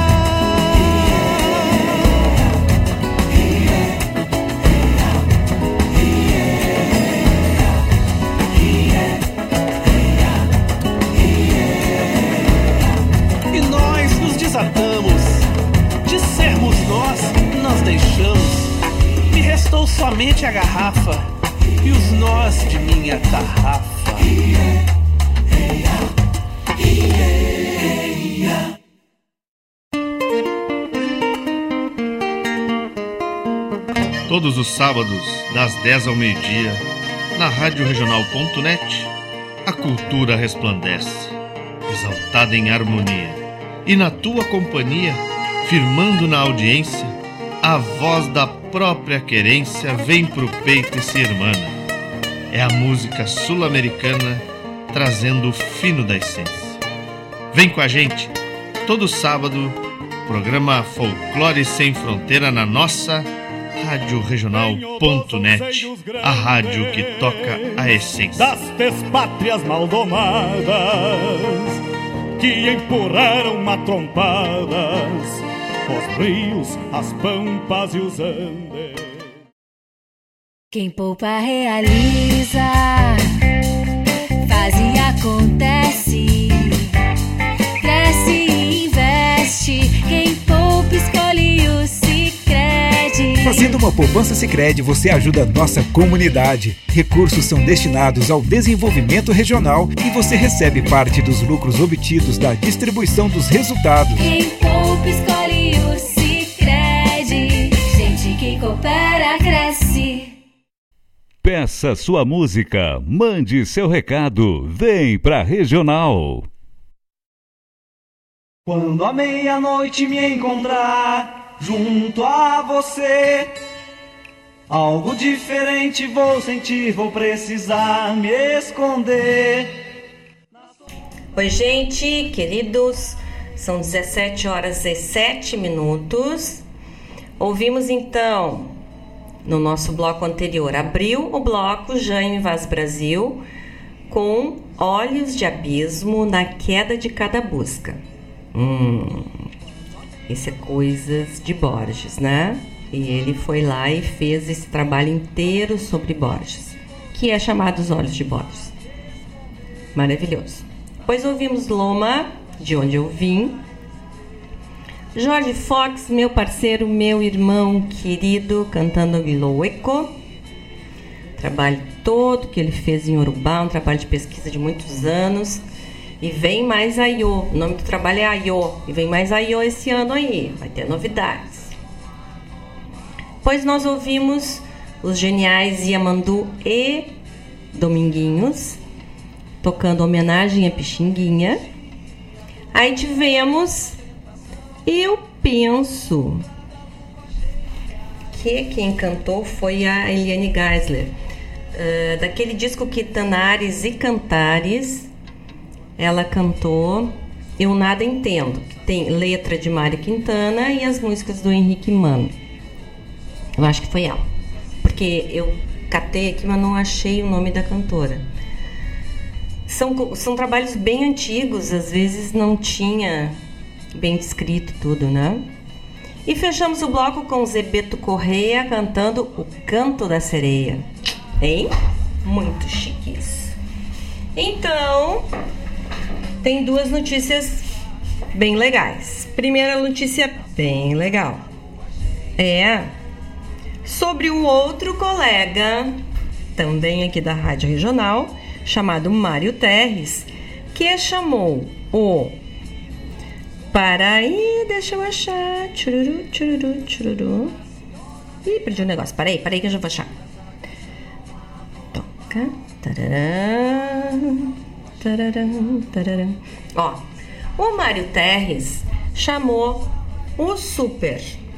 E nós nos desatamos, de sermos nós deixamos. Me restou somente a garrafa e os nós de minha tarrafa.
Todos os sábados, das 10 ao meio-dia, na radioregional.net, a cultura resplandece, exaltada em harmonia, e na tua companhia, firmando na audiência, a voz da própria querência vem pro peito e se irmana. É a música sul-americana trazendo o fino da essência. Vem com a gente, todo sábado, programa Folclore Sem Fronteira na nossa radioregional.net, a rádio que toca a essência
das despátrias maldomadas que empurraram matrompadas os rios, as pampas e os Andes.
Quem poupa realiza, faz e acontece, cresce e investe. Quem poupa escolhe o Sicredi.
Fazendo uma poupança Sicredi, você ajuda a nossa comunidade. Recursos são destinados ao desenvolvimento regional e você recebe parte dos lucros obtidos da distribuição dos resultados.
Quem poupa escolhe o Sicredi. Gente que coopera, cresce.
Peça sua música, mande seu recado, vem pra Regional.
Quando à meia-noite me encontrar junto a você, algo diferente vou sentir, vou precisar me esconder.
Oi, gente, queridos, são 17h07. Ouvimos então, no nosso bloco anterior, abriu o bloco Jaime Vaz Brasil com Olhos de Abismo na Queda de Cada Busca. Isso é coisas de Borges, né? E ele foi lá e fez esse trabalho inteiro sobre Borges, que é chamado Os Olhos de Borges. Maravilhoso. Depois ouvimos Loma, De Onde Eu Vim. Jorge Fox, meu parceiro, meu irmão querido, cantando Loeco. Trabalho todo que ele fez em Urubá, um trabalho de pesquisa de muitos anos. E vem mais Aiô, o nome do trabalho é Aiô. E vem mais Aiô esse ano aí, vai ter novidades. Depois nós ouvimos os geniais Yamandu e Dominguinhos, tocando homenagem a Pixinguinha. Aí tivemos... Eu penso que quem cantou foi a Eliane Geisler, daquele disco Quitanares e Cantares. Ela cantou Eu Nada Entendo, que tem letra de Mário Quintana e as músicas do Henrique Mano. Eu acho que foi ela, porque eu catei aqui, mas não achei o nome da cantora. São trabalhos bem antigos, às vezes não tinha bem descrito tudo, né? E fechamos o bloco com Zebeto Correia cantando O Canto da Sereia. Hein? Muito chique isso. Então, tem duas notícias bem legais. Primeira notícia bem legal é sobre um outro colega, também aqui da Rádio Regional, chamado Mário Terres, que chamou o... Para aí, deixa eu achar. Tchururu, tchururu, tchururu. Ih, perdi um negócio. Para aí que eu já vou achar. Toca. Tararam, tararam, tararam. Ó, O Mário Terres chamou o super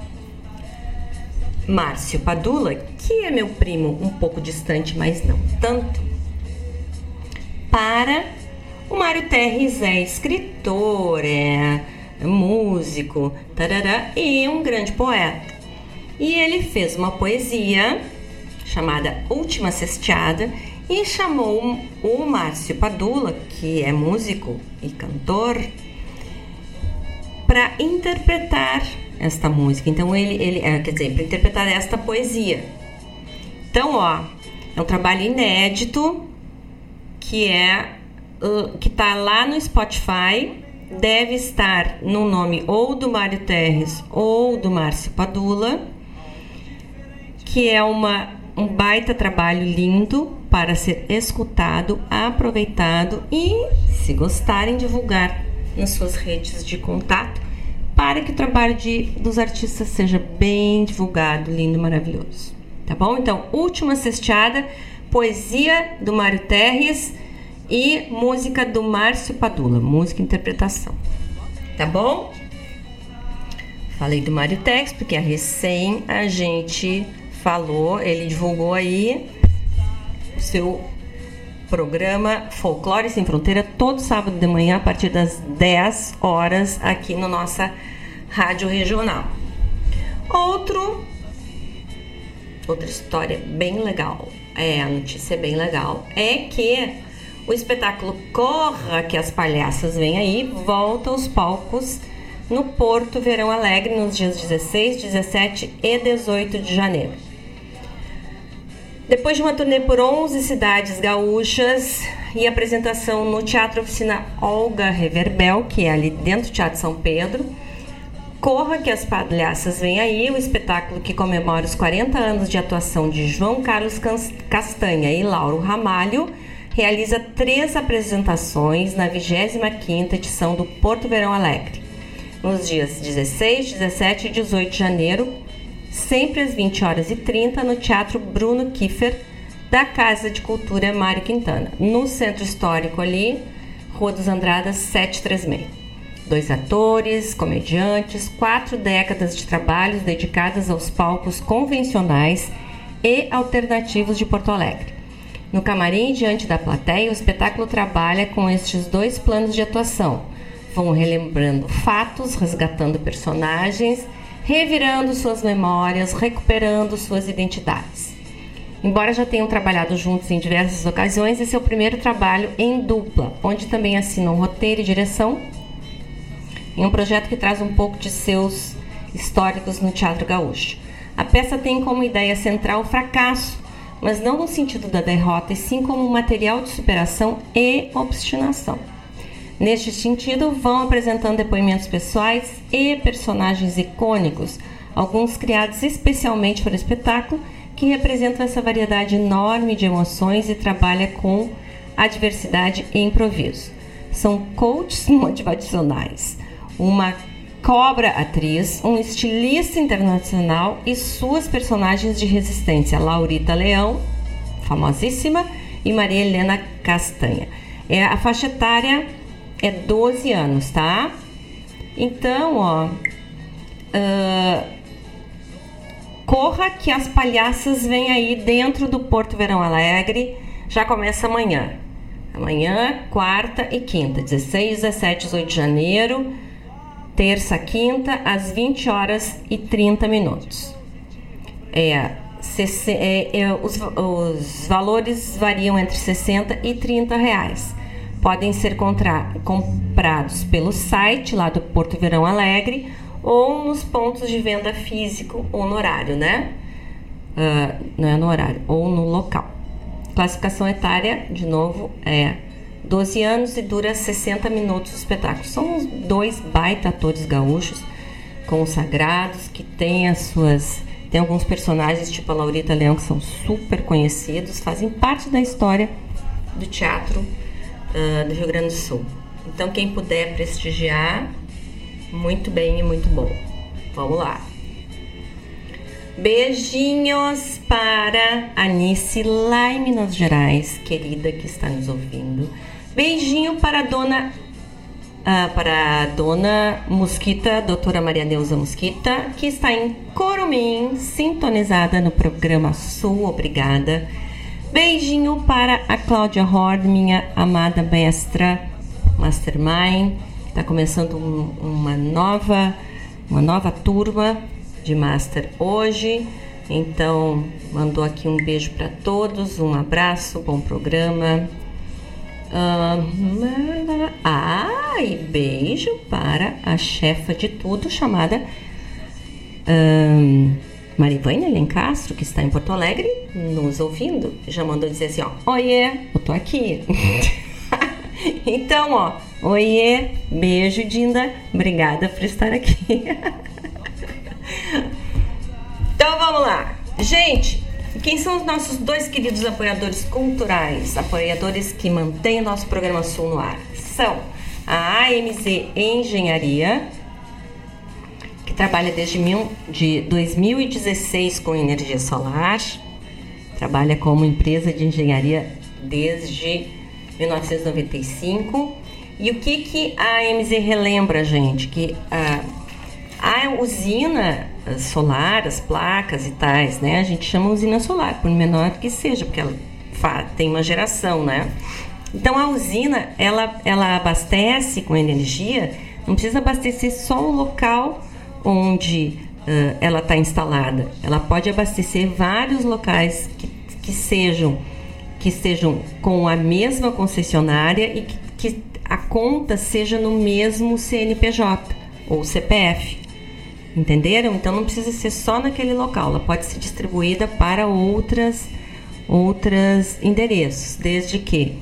Márcio Padula, que é meu primo um pouco distante, mas não tanto, para... O Mário Terres é escritor, é músico, tarará, e um grande poeta. E ele fez uma poesia chamada Última Cesteada e chamou o Márcio Padula, que é músico e cantor, para interpretar esta música. Então quer dizer, para interpretar esta poesia. Então, é um trabalho inédito que está lá no Spotify, deve estar no nome ou do Mário Terres ou do Márcio Padula, que é um baita trabalho lindo para ser escutado, aproveitado e, se gostarem, divulgar nas suas redes de contato, para que o trabalho dos artistas seja bem divulgado, lindo, maravilhoso. Tá bom? Então, Última Cesteada, poesia do Mário Terres e música do Márcio Padula, música e interpretação. Tá bom? Falei do Mário Terres porque a gente falou, ele divulgou aí o seu programa Folclore Sem Fronteira todo sábado de manhã a partir das 10 horas aqui na nossa rádio regional. Outra história bem legal, a notícia é bem legal, é que o espetáculo Corra que as Palhaças Vêm Aí volta aos palcos no Porto Verão Alegre nos dias 16, 17 e 18 de janeiro. Depois de uma turnê por 11 cidades gaúchas e apresentação no Teatro Oficina Olga Reverbel, que é ali dentro do Teatro São Pedro, Corra que as Palhaças Vêm Aí, o espetáculo que comemora os 40 anos de atuação de João Carlos Castanha e Lauro Ramalho, realiza 3 apresentações na 25ª edição do Porto Verão Alegre, nos dias 16, 17 e 18 de janeiro, sempre às 20h30, no Teatro Bruno Kiefer, da Casa de Cultura Mário Quintana, no Centro Histórico ali, Rua dos Andradas, 736. 2 atores, comediantes, 4 décadas de trabalhos dedicadas aos palcos convencionais e alternativos de Porto Alegre. No camarim, diante da plateia, o espetáculo trabalha com estes 2 planos de atuação. Vão relembrando fatos, resgatando personagens, revirando suas memórias, recuperando suas identidades. Embora já tenham trabalhado juntos em diversas ocasiões, esse é o primeiro trabalho em dupla, onde também assinam roteiro e direção, em um projeto que traz um pouco de seus históricos no Teatro Gaúcho. A peça tem como ideia central o fracasso, mas não no sentido da derrota, e sim como um material de superação e obstinação. Neste sentido, vão apresentando depoimentos pessoais e personagens icônicos, alguns criados especialmente para o espetáculo, que representam essa variedade enorme de emoções e trabalha com a diversidade e improviso. São coaches motivacionais, uma cobra atriz, um estilista internacional e suas personagens de resistência, Laurita Leão, famosíssima, e Maria Helena Castanha. A faixa etária é 12 anos, tá? Então, Corra que as Palhaças Vêm Aí dentro do Porto Verão Alegre, já começa amanhã. Amanhã, quarta e quinta, 16, 17, 18 de janeiro, terça, quinta, às 20h30. Os valores variam entre 60 e 30 reais. Podem ser comprados pelo site lá do Porto Verão Alegre ou nos pontos de venda físico ou no horário, né? Não é no horário, ou no local. Classificação etária, de novo, é 12 anos e dura 60 minutos o espetáculo. São os 2 baita atores gaúchos consagrados que têm tem alguns personagens tipo a Laurita Leão que são super conhecidos, fazem parte da história do teatro do Rio Grande do Sul. Então quem puder prestigiar, muito bem e muito bom. Vamos lá. Beijinhos para Anice lá em Minas Gerais, querida, que está nos ouvindo. Beijinho para a dona para a dona Mosquita, doutora Maria Neuza Mosquita, que está em Corumim, sintonizada no programa Sul, obrigada. Beijinho para a Cláudia Horn, minha amada mestra Mastermind. Está começando uma nova turma de Master hoje. Então, mandou aqui um beijo para todos, um abraço, bom programa. E beijo para a chefa de tudo, chamada Marivânia Lencastro, que está em Porto Alegre, nos ouvindo. Já mandou dizer assim, oiê, eu tô aqui. Então, oiê, beijo, Dinda, obrigada por estar aqui. Então, vamos lá. Gente, quem são os nossos dois queridos apoiadores culturais, apoiadores que mantêm o nosso programa Sul no ar? São a AMZ Engenharia, que trabalha desde 2016 com energia solar, trabalha como empresa de engenharia desde 1995. E o que a AMZ relembra, gente? Que a usina solar, as placas e tais, né? A gente chama usina solar, por menor que seja, porque ela tem uma geração, né? Então a usina, ela abastece com energia, não precisa abastecer só o local onde ela está instalada. Ela pode abastecer vários locais que sejam com a mesma concessionária e que a conta seja no mesmo CNPJ ou CPF. Entenderam? Então não precisa ser só naquele local, ela pode ser distribuída para outros endereços, desde que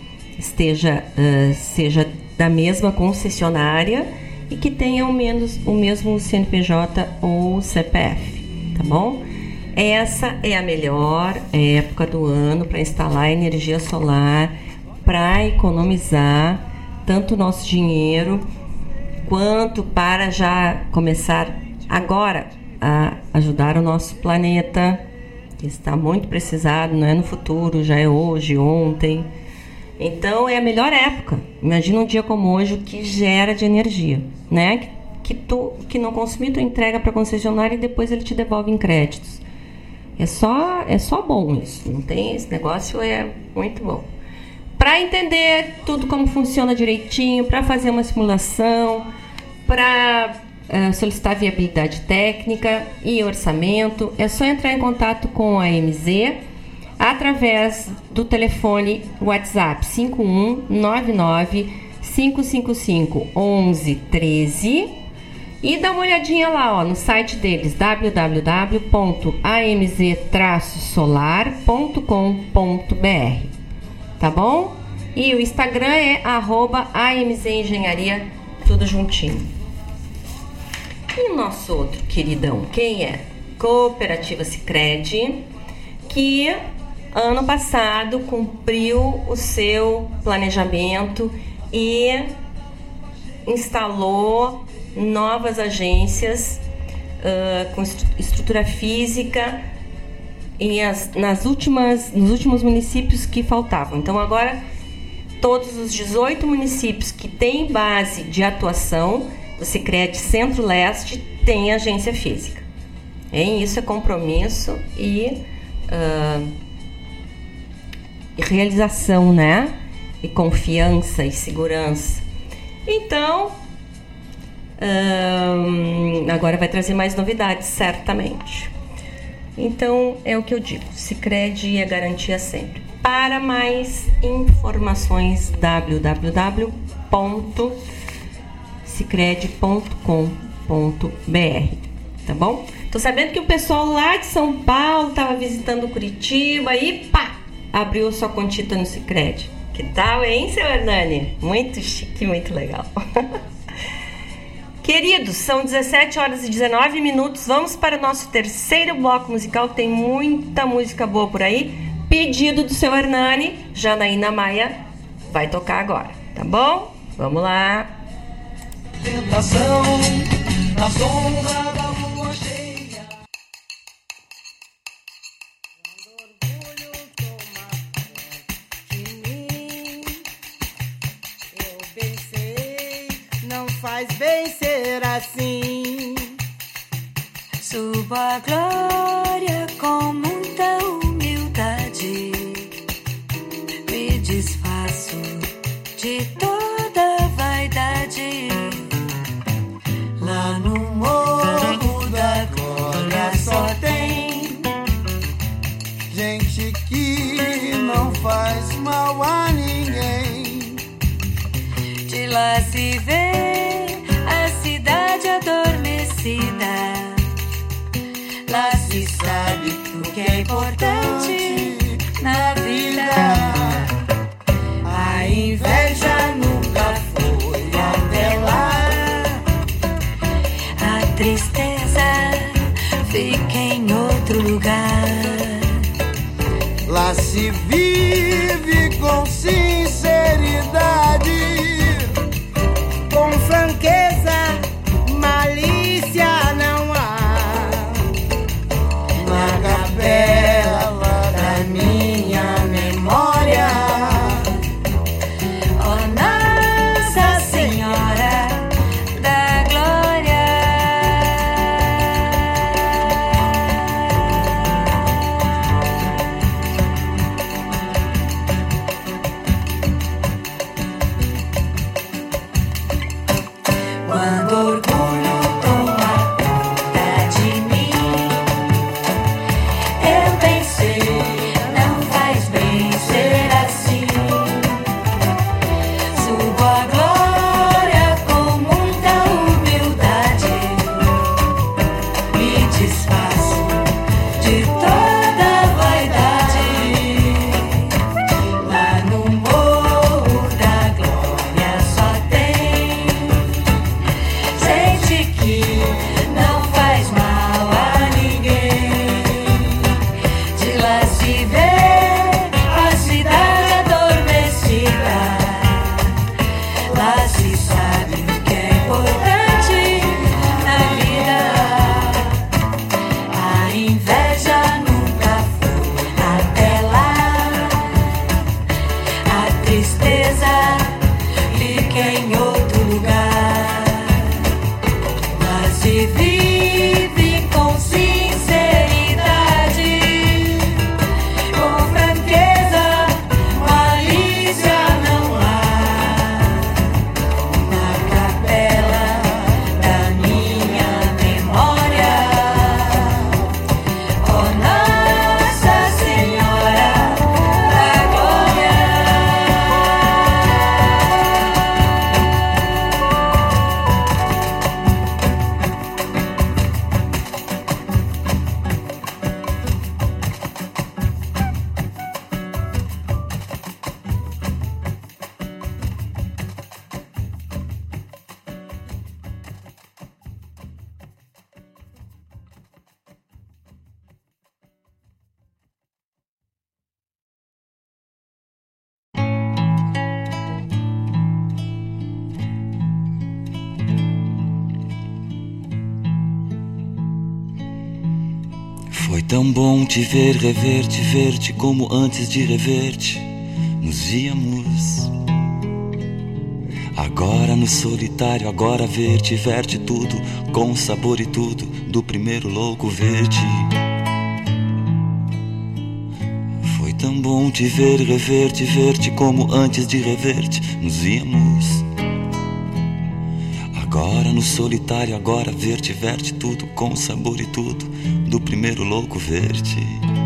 seja da mesma concessionária e que tenha o mesmo CNPJ ou CPF, tá bom? Essa é a melhor época do ano para instalar energia solar, para economizar tanto o nosso dinheiro quanto para já começar agora a ajudar o nosso planeta, que está muito precisado, não é no futuro, já é hoje, ontem. Então é a melhor época. Imagina um dia como hoje, o que gera de energia, né? Que não consumir, tu entrega para a concessionária e depois ele te devolve em créditos. É só bom isso, não tem, esse negócio é muito bom. Para entender tudo como funciona direitinho, para fazer uma simulação, para solicitar viabilidade técnica e orçamento, é só entrar em contato com a AMZ através do telefone WhatsApp 5199 555 1113 e dá uma olhadinha lá no site deles, www.amz-solar.com.br, tá bom? E o Instagram é @AMZengenharia, tudo juntinho. E o nosso outro queridão, quem é? Cooperativa Sicredi, que ano passado cumpriu o seu planejamento e instalou novas agências com estrutura física e nos últimos municípios que faltavam. Então agora todos os 18 municípios que têm base de atuação do Sicredi Centro-Leste têm agência física. Isso é compromisso e realização, né? E confiança e segurança. Então, agora vai trazer mais novidades, certamente. Então, é o que eu digo. Sicredi é garantia sempre. Para mais informações, www.sicredi.com.br, tá bom? Tô sabendo que o pessoal lá de São Paulo estava visitando Curitiba e abriu sua contita no Sicredi. Que tal, hein, seu Hernani? Muito chique, muito legal. Queridos, são 17 horas e 19 minutos. Vamos para o nosso terceiro bloco musical. Tem muita música boa por aí. Pedido do seu Hernani, Janaína Maia vai tocar agora, tá bom? Vamos lá.
Tentação, na sombra da lua cheia.
Eu pensei, não
Subo a glória com muita humildade, me desfaço de toda vaidade.
Lá no morro da glória só tem gente que não faz mal a ninguém.
De lá se vê a cidade adormecida, lá se sabe o que é importante na vida.
A inveja nunca foi até lá,
a tristeza fica em outro lugar.
Lá se vive com sinceridade, com franqueza, malícia não há. Na capela da minha memória,
ó Nossa Senhora da Glória. Quando orgulho toma conta de mim, eu pensei, não faz bem ser assim. Subo a glória com muita humildade, me desfaço de toda vaidade. Lá no morro da glória só tem gente que não faz mal a ninguém. De lá se vê a cidade adormecida, lá se sabe o que é importante na vida. A inveja nunca foi até lá, a tristeza fica em outro lugar. Lá se vive com sinceridade, com franqueza, malícia não há. Na capela da minha memória, ó Nossa Senhora da Glória.
Foi tão bom te ver, rever-te, ver-te como antes de rever-te nos íamos. Agora no solitário, agora ver-te, ver-te tudo com sabor e tudo do primeiro louco ver-te. Foi tão bom te ver, rever-te, ver-te como antes de rever-te nos íamos. Agora no solitário, agora ver-te, ver-te tudo com sabor e tudo do primeiro louco ver-te.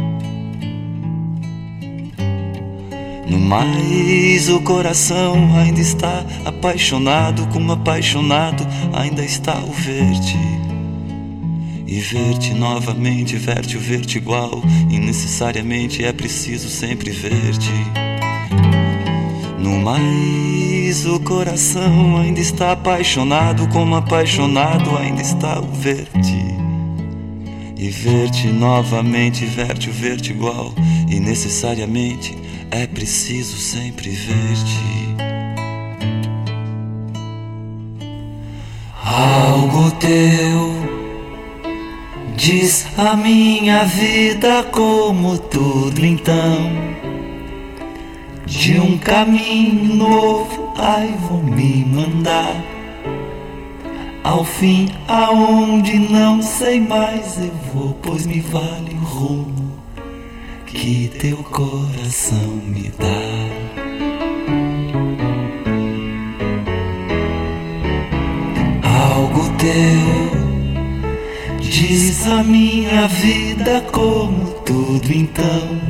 No mais o coração ainda está apaixonado, como apaixonado ainda está o ver-te. E ver-te novamente, ver-te o ver-te igual, e necessariamente é preciso sempre ver-te. No mais o coração ainda está apaixonado, como apaixonado ainda está o ver-te. E ver-te novamente, ver-te o ver-te igual, e necessariamente é preciso sempre ver-te. Algo teu diz a minha vida como tudo então, de um caminho novo, ai vou me mandar. Ao fim, aonde não sei mais eu vou, pois me vale o rumo que teu coração me dá. Algo teu diz a minha vida como tudo então.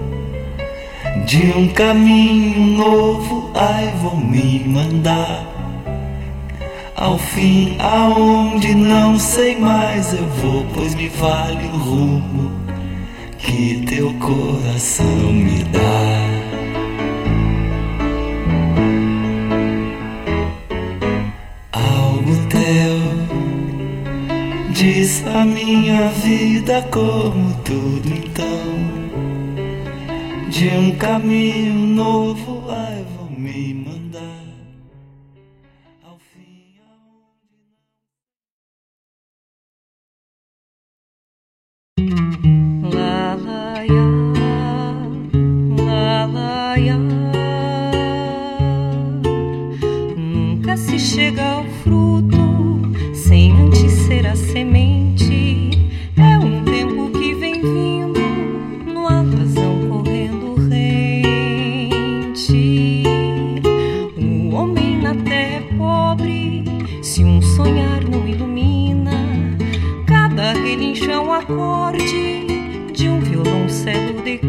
De um caminho novo, ai, vou me mandar. Ao fim, aonde não sei mais eu vou, pois me vale o rumo que teu coração me dá. Algo teu diz a minha vida como tudo então. De um caminho novo, ai, vou me mandar. Ao fim,
lá, lá, ya, lá, lá, ya. Nunca se chega ao fruto sem antes ser a semente. É um tempo que vem vindo no alazão correndo rente. O homem na terra é pobre se um sonhar não ilumina. Cada relincho é um acorde de um violoncelo de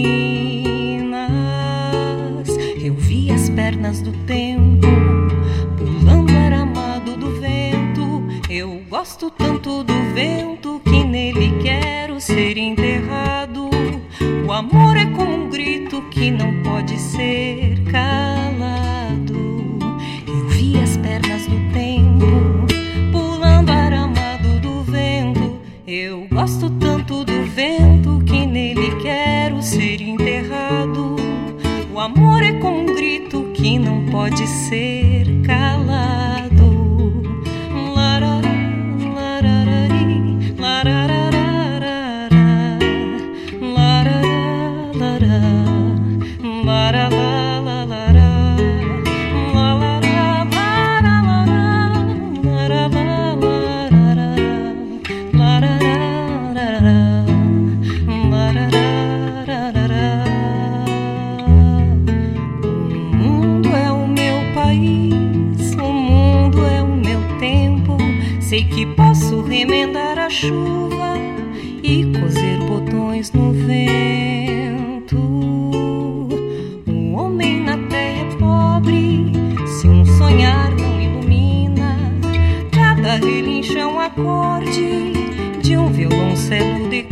crinas. Eu vi as pernas do tempo pulando aramado do vento. Eu gosto tanto do vento que nele quero ser enterrado. O amor é como um grito que não pode ser calado. Eu vi as pernas do tempo pulando aramado do vento. Eu gosto tanto do vento que nele quero ser enterrado. O amor é como um grito que não pode ser calado. Larará, lararari, lararararara, larará, larará, larará, larará, larará, O mundo é o meu país, o mundo é o meu tempo. Sei que posso remendar a chuva e coser botões no vento. O homem na terra é pobre se um sonhar não ilumina. Cada relincho é um acorde de um violoncelo de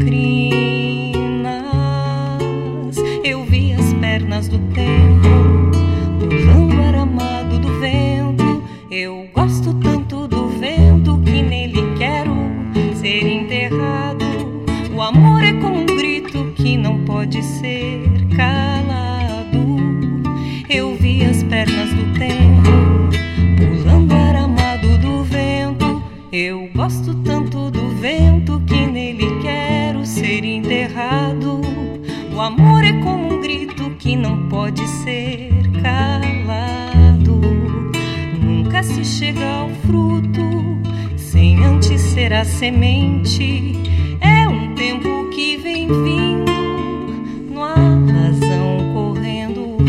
crinas. Eu vi as pernas do tempo pulando aramado do vento. Eu gosto tanto do vento que nele quero ser enterrado. O amor é como um grito que não pode ser calado. Eu vi as pernas do tempo pulando aramado do vento. Eu gosto tanto do vento que nele quero ser enterrado. O amor é como um grito que não pode ser calado. Nunca se chega ao fruto sem antes ser a semente. É um tempo que vem vindo no alazão correndo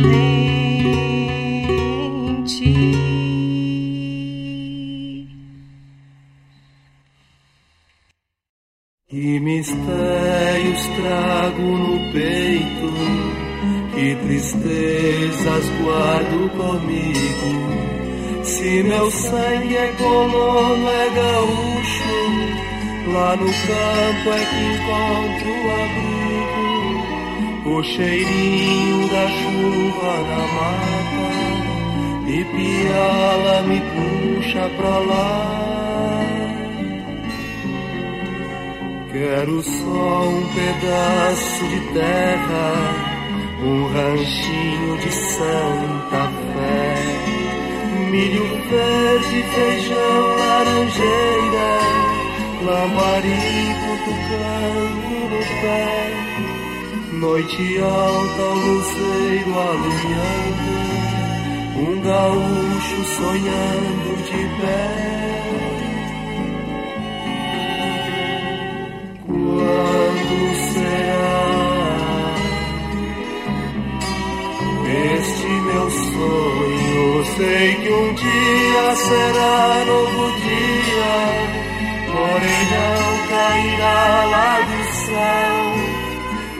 rente.
Que mistérios trago no peito, que tristezas guardo comigo. Se meu sangue é colono, é gaúcho, lá no campo é que encontro abrigo. O cheirinho da chuva na mata me piala, me puxa pra lá. Quero só um pedaço de terra, um ranchinho de Santa Fé, milho verde, feijão, laranjeira, lambarico tocando no pé, noite alta, o luzeiro alumiando, um gaúcho sonhando de pé.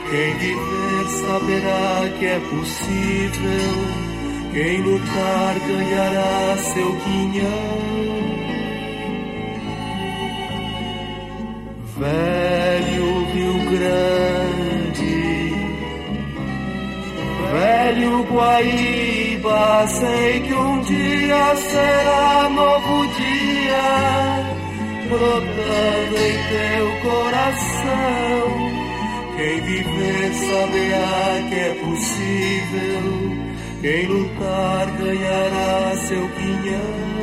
Quem viver saberá que é possível, quem lutar ganhará seu quinhão. Velho Rio Grande, velho Guaíba, sei que um dia será novo dia, brotando em teu coração. Quem viver saberá que é possível, quem lutar ganhará seu quinhão.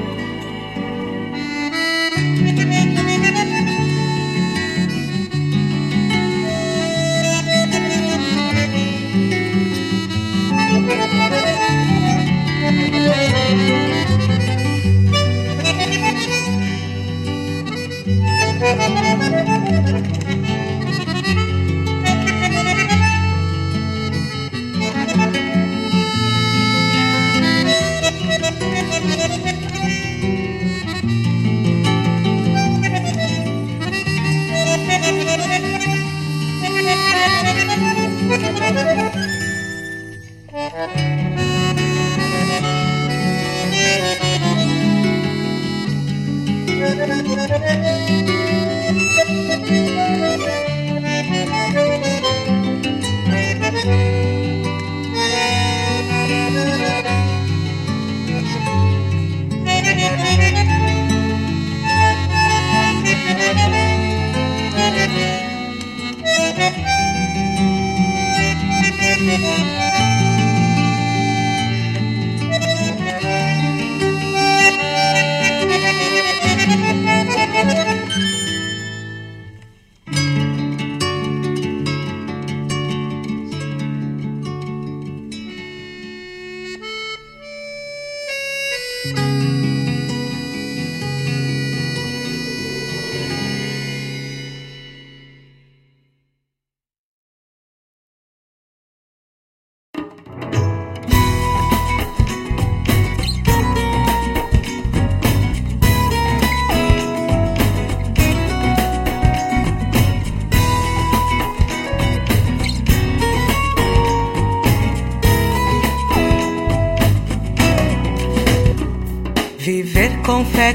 Viver com fé,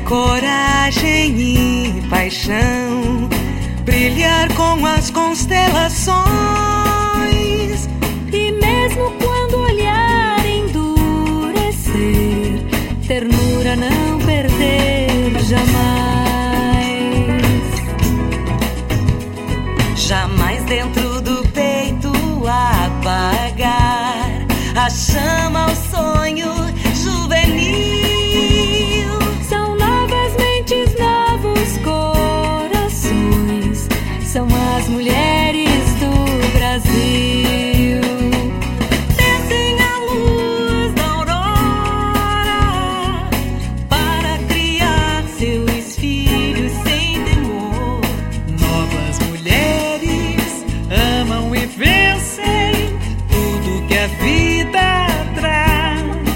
coragem e paixão, brilhar com as constelações,
e mesmo quando o olhar endurecer, ternura não perder jamais.
Jamais dentro do peito apagar a chama, o sonho juvenil.
São novas mentes, novos corações, são as mulheres do Brasil.
Descem a luz da aurora para criar seus filhos sem temor.
Novas mulheres amam e vencem tudo que a vida traz.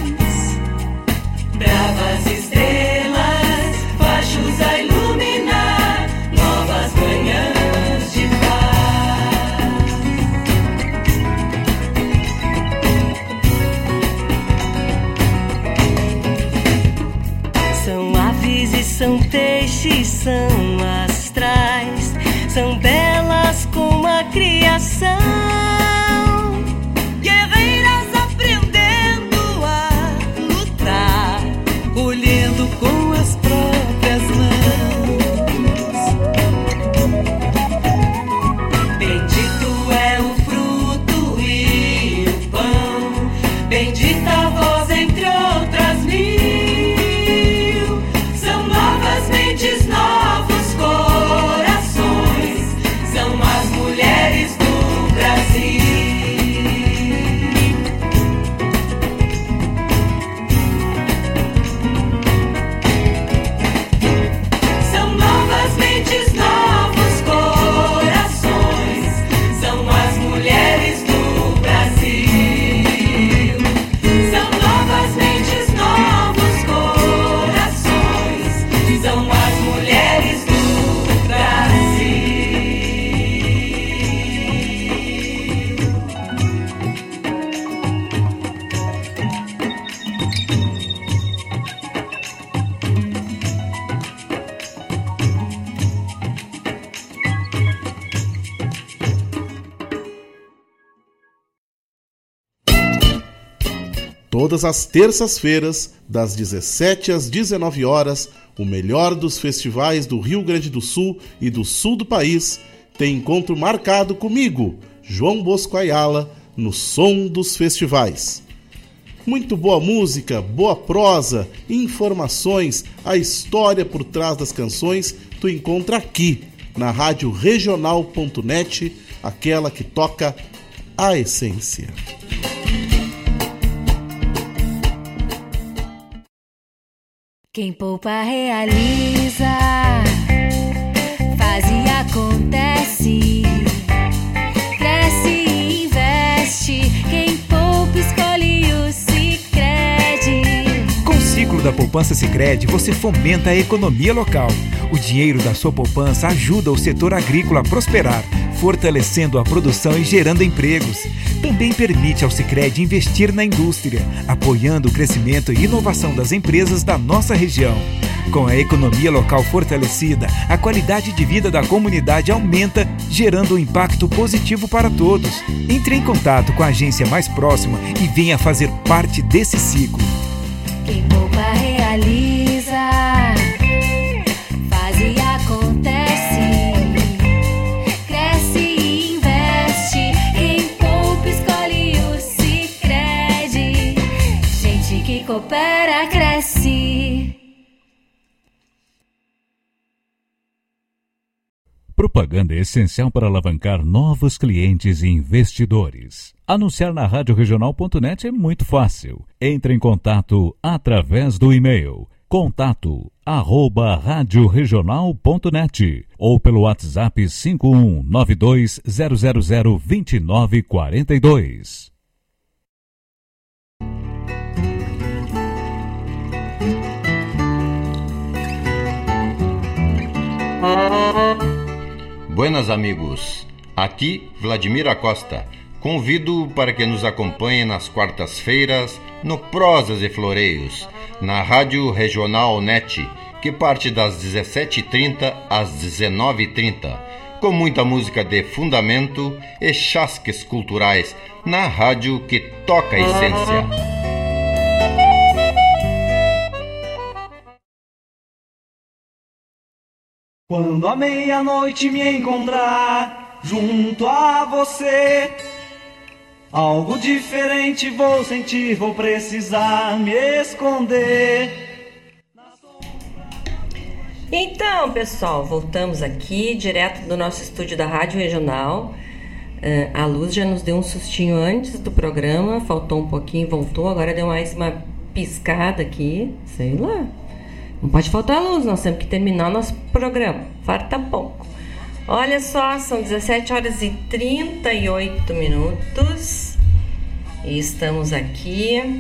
Bravas estrelas, fachos a iluminar novas manhãs de paz. São aves e são peixes, são astrais, são belas como a criação. Guerreiras aprendendo a lutar, colhendo com as próprias mãos. Bendito é o fruto e o pão, bendita a voz entre outras mil. São novas mentes, novos corações, são as mulheres do Brasil.
Todas as terças-feiras, das 17 às 19 horas, o melhor dos festivais do Rio Grande do Sul e do sul do país tem encontro marcado comigo, João Bosco Ayala, no Som dos Festivais. Muito boa música, boa prosa, informações, a história por trás das canções, tu encontra aqui, na Rádio Regional.net, aquela que toca a essência.
Quem poupa realiza, faz e acontece, cresce e investe. Quem poupa escolhe o Sicredi.
Com o ciclo da poupança Sicredi, você fomenta a economia local. O dinheiro da sua poupança ajuda o setor agrícola a prosperar, fortalecendo a produção e gerando empregos. Também permite ao Sicredi investir na indústria, apoiando o crescimento e inovação das empresas da nossa região. Com a economia local fortalecida, a qualidade de vida da comunidade aumenta, gerando um impacto positivo para todos. Entre em contato com a agência mais próxima e venha fazer parte desse ciclo.
Quem poupa realiza, faz e acontece, cresce e investe. Quem poupa escolhe o Sicredi. Gente que coopera cresce.
Propaganda é essencial para alavancar novos clientes e investidores. Anunciar na radioregional.net é muito fácil. Entre em contato através do e-mail contato@radioregional.net ou pelo WhatsApp 51920002942.
Buenas amigos, aqui Vladimir Acosta. Convido para que nos acompanhem nas quartas-feiras no Prosas e Floreios, na Rádio Regional Net, que parte das 17h30 às 19h30, com muita música de fundamento e chasques culturais, na rádio que toca a essência.
Quando à meia-noite me encontrar junto a você, algo diferente vou sentir, vou precisar me esconder.
Então, pessoal, voltamos aqui, direto do nosso estúdio da Rádio Regional. A Luz já nos deu um sustinho antes do programa, faltou um pouquinho, voltou, agora deu mais uma piscada aqui, sei lá. Não pode faltar luz, nós temos que terminar o nosso programa. Falta pouco. Olha só, são 17 horas e 38 minutos. E estamos aqui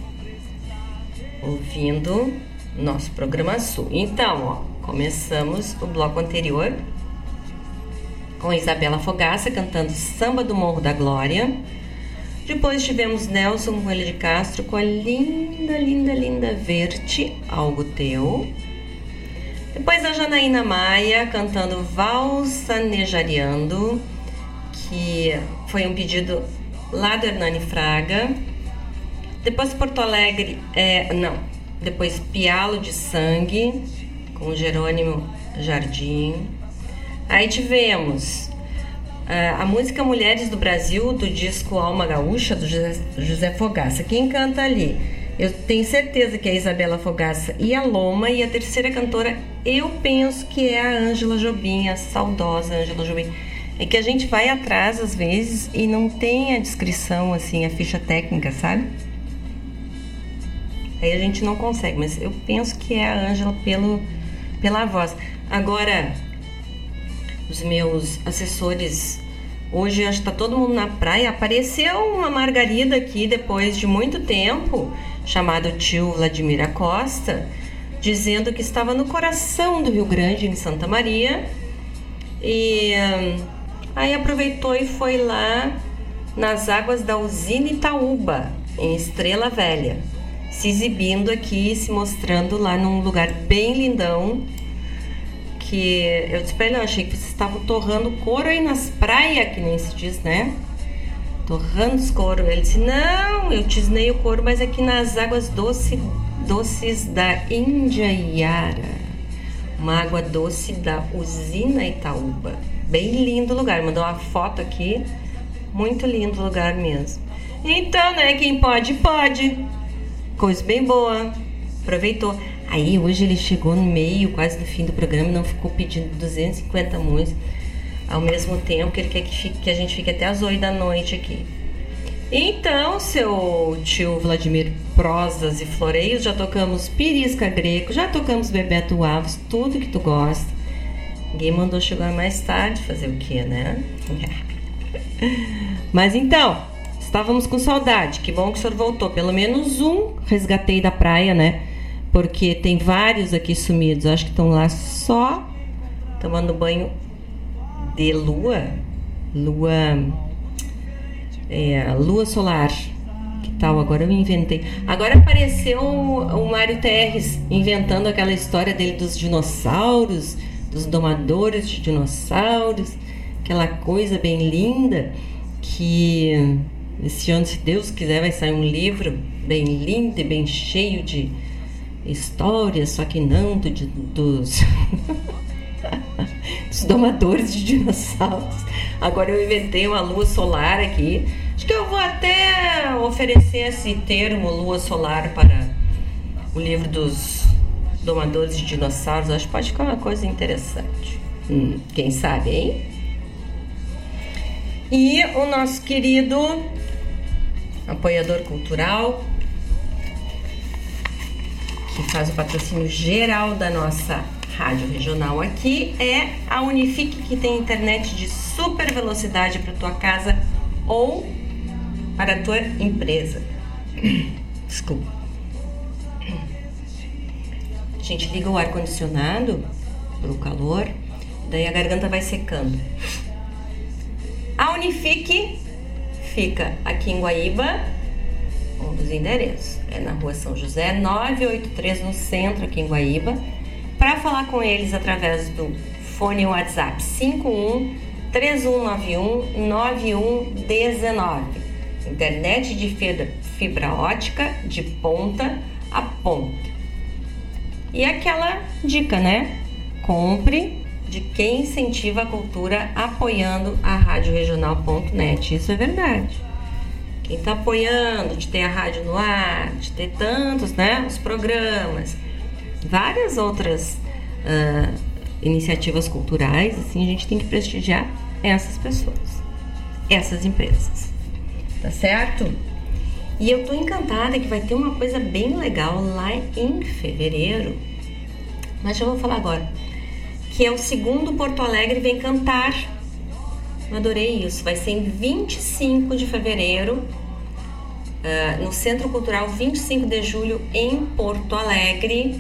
ouvindo nosso programa Sul. Então, ó, começamos o bloco anterior com Isabela Fogaça cantando Samba do Morro da Glória. Depois tivemos Nelson Coelho de Castro com a linda, linda, linda Verte, Algo Teu. Depois a Janaína Maia cantando Valsanejariando, que foi um pedido lá do Hernani Fraga. Depois Porto Alegre, depois Pialo de Sangue, com Jerônimo Jardim. Aí tivemos a música Mulheres do Brasil, do disco Alma Gaúcha, do José Fogaça. Quem canta ali? Eu tenho certeza que é a Isabela Fogaça e a Loma, e a terceira cantora eu penso que é a Ângela Jobim, a saudosa Ângela Jobim. É que a gente vai atrás às vezes e não tem a descrição, assim, a ficha técnica, sabe? Aí a gente não consegue, mas eu penso que é a Ângela pela voz. Agora, os meus assessores, hoje acho que tá todo mundo na praia. Apareceu uma Margarida aqui depois de muito tempo, chamado tio Vladimir Acosta, dizendo que estava no coração do Rio Grande, em Santa Maria, e aí aproveitou e foi lá nas águas da usina Itaúba, em Estrela Velha, se exibindo aqui, se mostrando lá num lugar bem lindão. Que eu disse pra ele, eu achei que vocês estavam torrando couro aí nas praias, que nem se diz, né? torrando os couro. Ele disse, não, eu tisnei o couro, mas aqui nas águas doces da Indiaiara. Uma água doce da usina Itaúba. Bem lindo lugar, mandou uma foto aqui. Muito lindo lugar mesmo. Então, né, quem pode, pode. Coisa bem boa. Aproveitou. Aí hoje ele chegou no meio, quase no fim do programa, não ficou pedindo 250 músicas ao mesmo tempo, que ele quer que a gente fique até as 8 da noite aqui. Então, seu tio Vladimir, prosas e floreios, já tocamos Pirisca Greco, já tocamos Bebeto Alves, tudo que tu gosta. Ninguém mandou chegar mais tarde, fazer o quê, né? Mas então, estávamos com saudade, que bom que o senhor voltou. Pelo menos um resgatei da praia, né? Porque tem vários aqui sumidos, acho que estão lá só tomando banho de lua solar. Que tal? Agora eu inventei. Agora apareceu o Mário Terres inventando aquela história dele dos dinossauros, dos domadores de dinossauros, aquela coisa bem linda, que esse ano, se Deus quiser, vai sair um livro bem lindo e bem cheio de histórias, só que não dos dos domadores de dinossauros. Agora eu inventei uma lua solar aqui. Acho que eu vou até oferecer esse termo, lua solar, para o livro dos domadores de dinossauros. Acho que pode ficar uma coisa interessante. Quem sabe, hein? E o nosso querido apoiador cultural, que faz o patrocínio geral da nossa rádio regional aqui, é a Unifique, que tem internet de super velocidade para tua casa ou para a tua empresa. Desculpa. A gente liga o ar-condicionado pelo calor, daí a garganta vai secando. A Unifique fica aqui em Guaíba, um dos endereços. É na rua São José, 983, no centro, aqui em Guaíba. Para falar com eles através do fone WhatsApp 51-3191-9119. Internet de fibra ótica de ponta a ponta. E aquela dica, né? Compre de quem incentiva a cultura apoiando a Rádio Regional.net. Isso é verdade. Quem está apoiando de ter a rádio no ar, de ter tantos, né? Os programas, várias outras iniciativas culturais, assim, a gente tem que prestigiar essas pessoas, essas empresas, tá certo? E eu tô encantada que vai ter uma coisa bem legal lá em fevereiro, mas já vou falar agora, que é o segundo Porto Alegre Vem Cantar. Eu adorei isso. Vai ser em 25 de fevereiro, no Centro Cultural 25 de Julho, em Porto Alegre,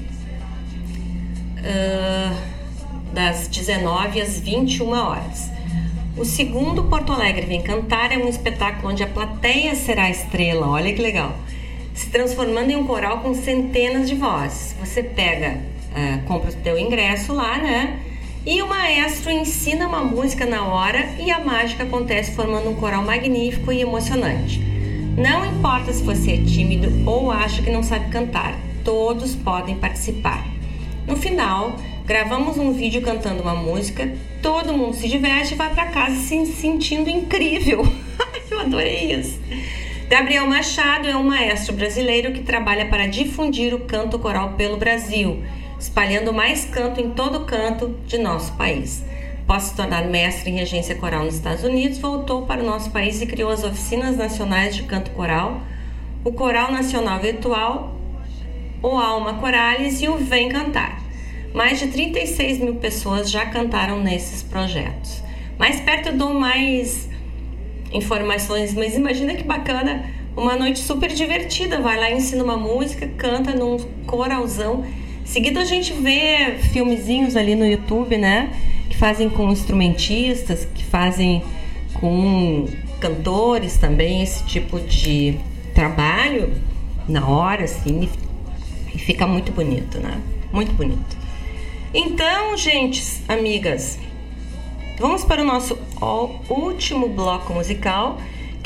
das 19 às 21 horas. O segundo Porto Alegre Vem Cantar é um espetáculo onde a plateia será a estrela, olha que legal, se transformando em um coral com centenas de vozes. Você pega, compra o teu ingresso lá, né? E o maestro ensina uma música na hora e a mágica acontece formando um coral magnífico e emocionante. Não importa se você é tímido ou acha que não sabe cantar, todos podem participar. No final, gravamos um vídeo cantando uma música, todo mundo se diverte e vai para casa se sentindo incrível. Eu adorei isso. Gabriel Machado é um maestro brasileiro que trabalha para difundir o canto coral pelo Brasil, espalhando mais canto em todo canto de nosso país. Após se tornar mestre em regência coral nos Estados Unidos, voltou para o nosso país e criou as Oficinas Nacionais de Canto Coral, o Coral Nacional Virtual, o Alma Coralis e o Vem Cantar. Mais de 36 mil pessoas já cantaram nesses projetos. Mais perto eu dou mais informações, mas imagina que bacana, uma noite super divertida, vai lá, ensina uma música, canta num coralzão. Seguido a gente vê filmezinhos ali no YouTube, né, que fazem com instrumentistas, que fazem com cantores também, esse tipo de trabalho na hora, assim, e fica muito bonito, né, muito bonito. Então, gente, amigas, vamos para o nosso último bloco musical.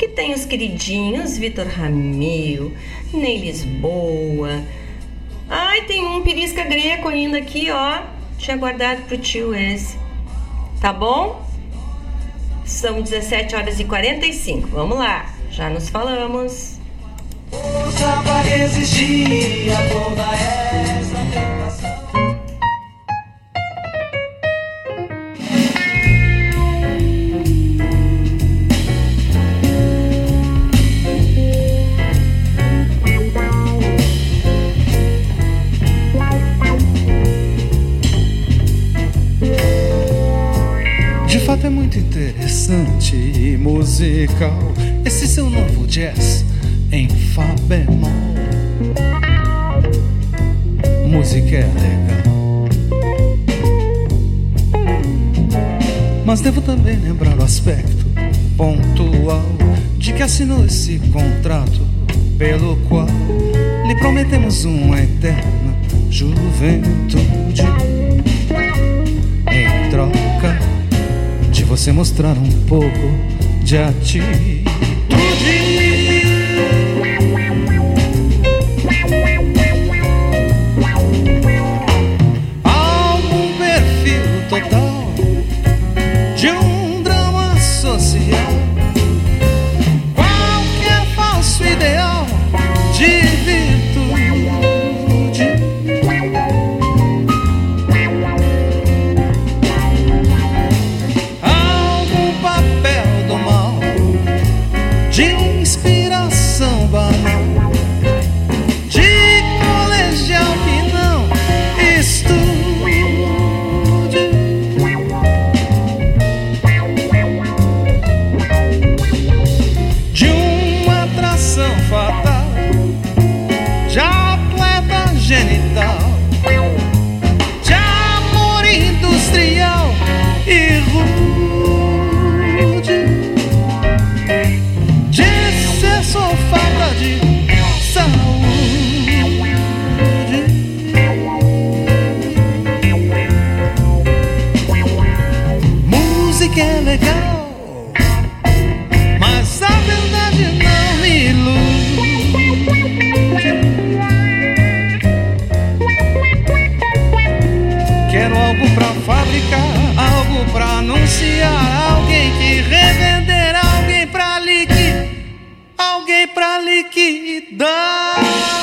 que tem os queridinhos Vitor Ramil, Ney Lisboa. Ai, tem um Pirisca Greco ainda aqui, ó. Tinha guardado pro tio esse. Tá bom? São 17h45. Vamos lá, já nos falamos.
Força pra resistir a toda essa tentação.
De fato é muito interessante e musical esse seu novo jazz em Fá bemol. Música é legal, mas devo também lembrar o aspecto pontual de que assinou esse contrato pelo qual lhe prometemos uma eterna juventude em troca de você mostrar um pouco de atitude. Algum perfil total de um drama social, qualquer falso ideal de virtude. Algum papel do mal de inspiração banal, de colegial que não estude. De uma atração fatal, de atleta genital, de amor industrial e rude, de ser só falta de saúde. Música é legal, mas a verdade não me ilude. Quero algo pra fabricar, algo pra anunciar, alguém que revender, alguém pra liquidar, alguém pra liquidar.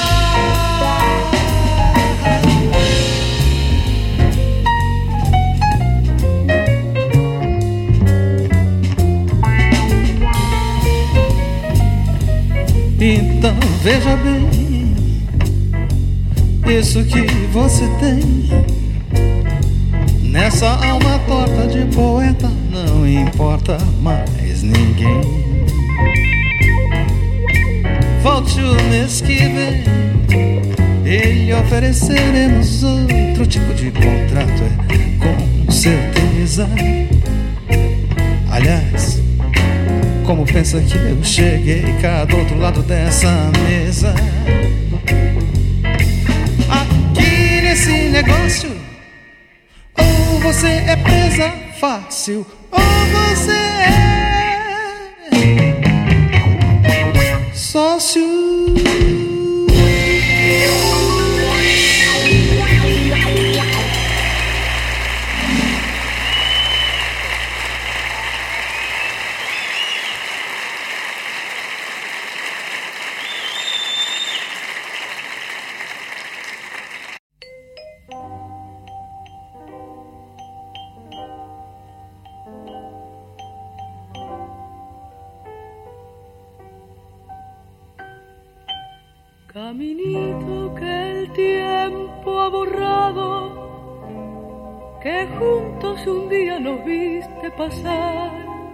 Então veja bem, isso que você tem nessa alma torta de poeta não importa mais ninguém. Volte o mês que vem e lhe ofereceremos outro tipo de contrato, com certeza. Aliás, como pensa que eu cheguei cá do outro lado dessa mesa? Aqui nesse negócio, ou você é presa fácil, ou você é sócio.
Caminito que el tiempo ha borrado, que juntos un día nos viste pasar.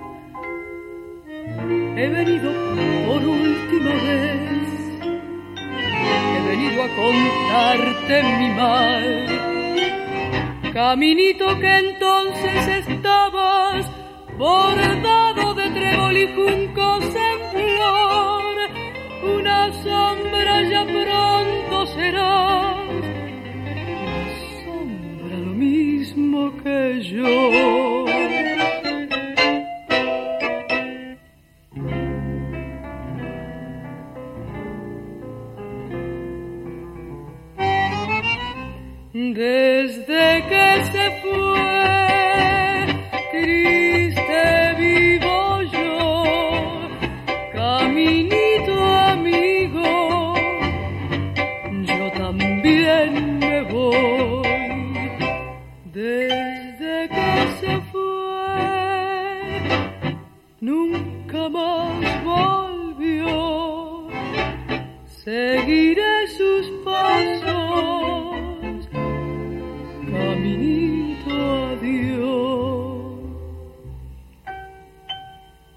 He venido por última vez, he venido a contarte mi mal. Caminito que entonces estabas bordado de trébol y juncos en flor. Una sombra ya pronto serás, una sombra lo mismo que yo.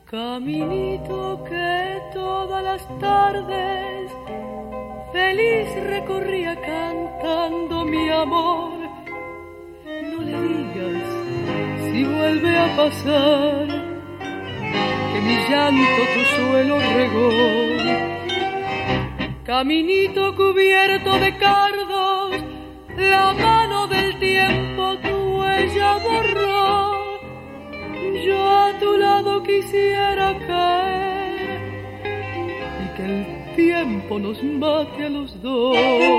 Caminito que todas las tardes feliz recorría cantando mi amor. No le digas si vuelve a pasar que mi llanto tu suelo regó. Caminito cubierto de cardos, la mano del tiempo tu huella borró. Yo a tu lado quisiera caer y que el tiempo nos mate a los dos.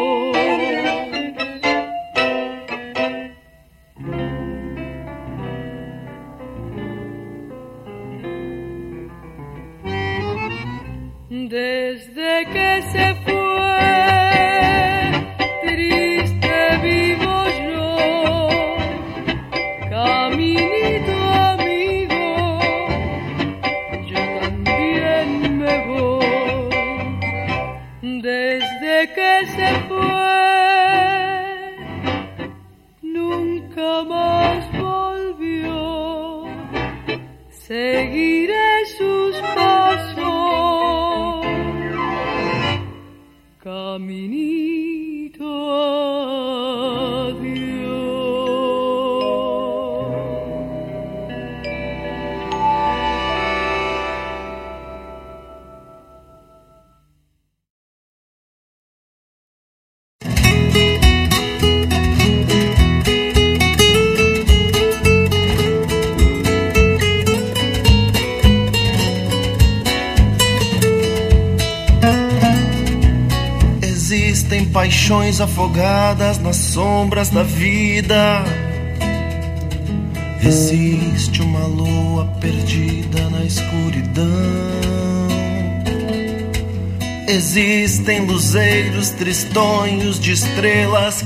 Desde que se fue, triste vivo yo, caminito amigo, yo también me voy. Desde que se fue, nunca más volvió, seguiré sus pasos. Caminito, adiós.
Existem paixões afogadas nas sombras da vida. Existe uma lua perdida na escuridão. Existem luzeiros tristonhos de estrelas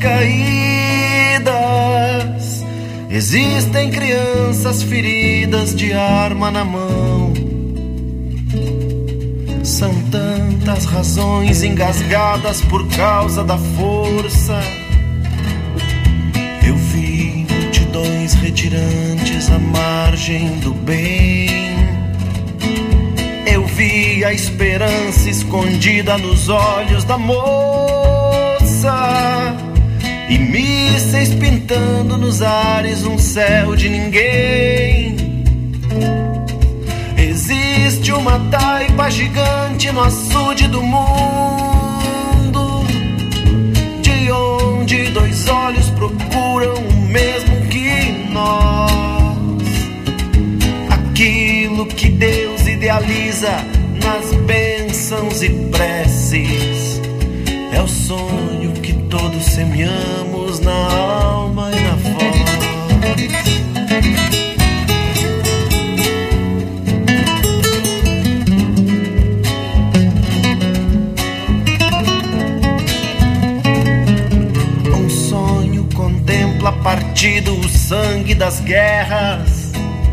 caídas. Existem crianças feridas de arma na mão. São tantas razões engasgadas por causa da força. Eu vi multidões retirantes à margem do bem. Eu vi a esperança escondida nos olhos da moça e mísseis pintando nos ares um céu de ninguém. Existe uma taipa gigante no açude do mundo, de onde dois olhos procuram o mesmo que nós. Aquilo que Deus idealiza nas bênçãos e preces é o sonho que todos semeamos na alma e na voz. Partido o sangue das guerras,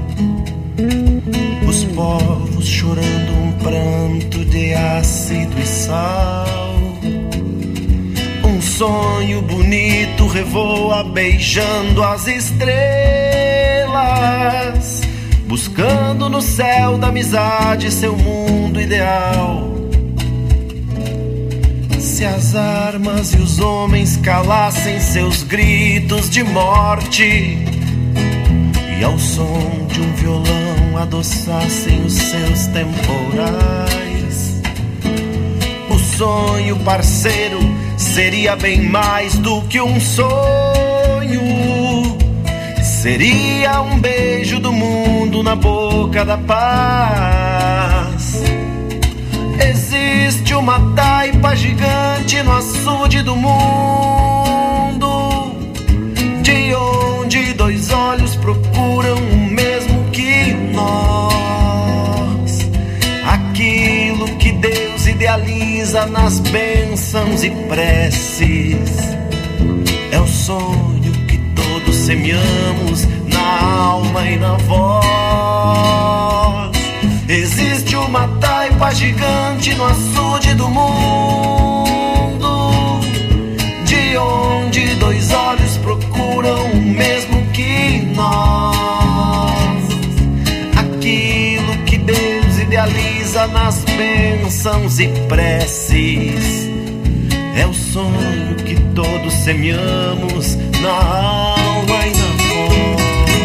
os povos chorando um pranto de ácido e sal. Um sonho bonito revoa beijando as estrelas, buscando no céu da amizade seu mundo ideal. Se as armas e os homens calassem seus gritos de morte e ao som de um violão adoçassem os seus temporais, o sonho, parceiro, seria bem mais do que um sonho. Seria um beijo do mundo na boca da paz. Existe uma taipa gigante no açude do mundo, de onde dois olhos procuram o mesmo que nós. Aquilo que Deus idealiza nas bênçãos e preces é o sonho que todos semeamos na alma e na voz. Existe uma taipa gigante no açude do mundo, de onde dois olhos procuram o mesmo que nós. Aquilo que Deus descansa nas bênçãos e preces. É o sonho que todos semeamos na alma e na voz.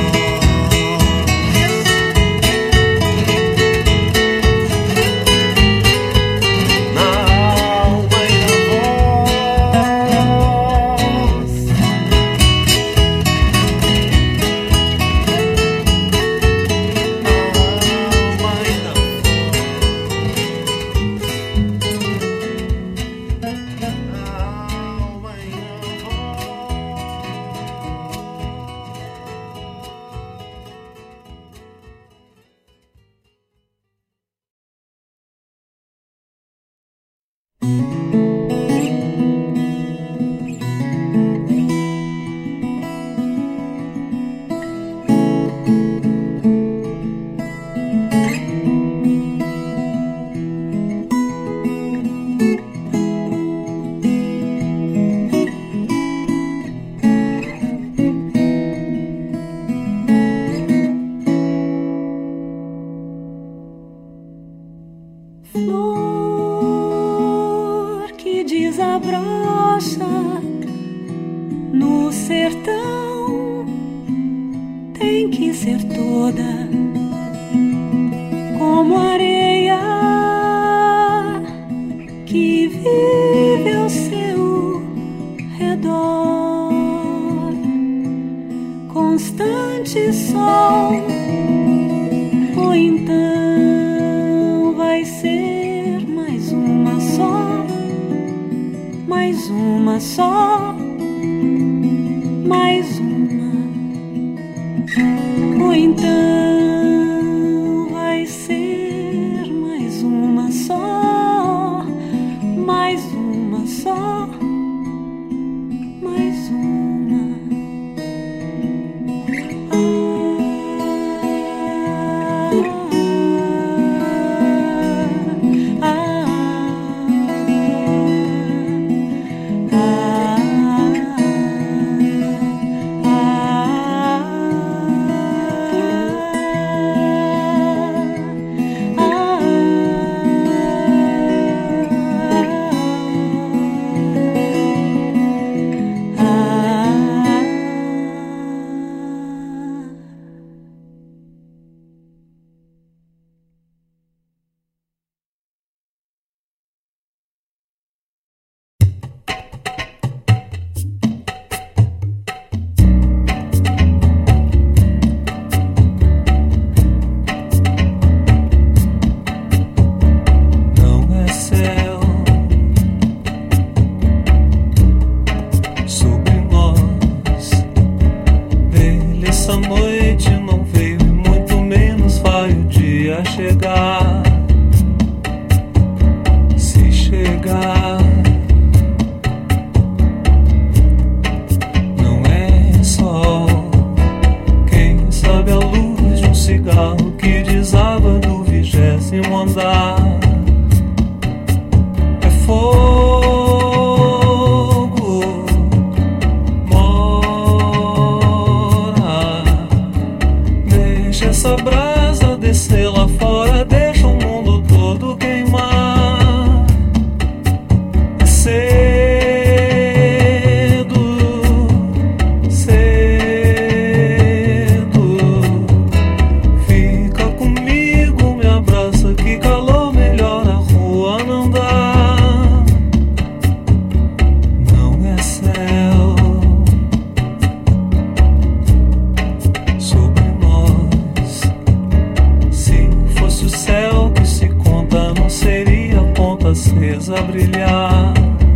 acesa a brilhar.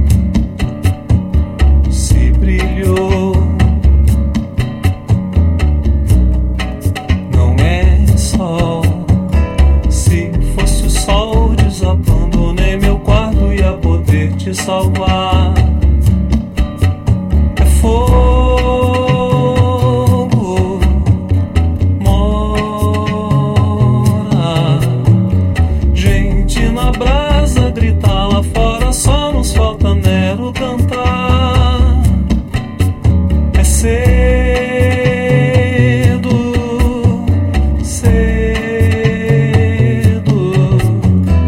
Se brilhou, não é sol. Se fosse o sol, desabandonei meu quarto e ia poder te salvar. É fogo, mora gente na brasa, gritar lá fora, só nos falta Nero cantar. É cedo, cedo,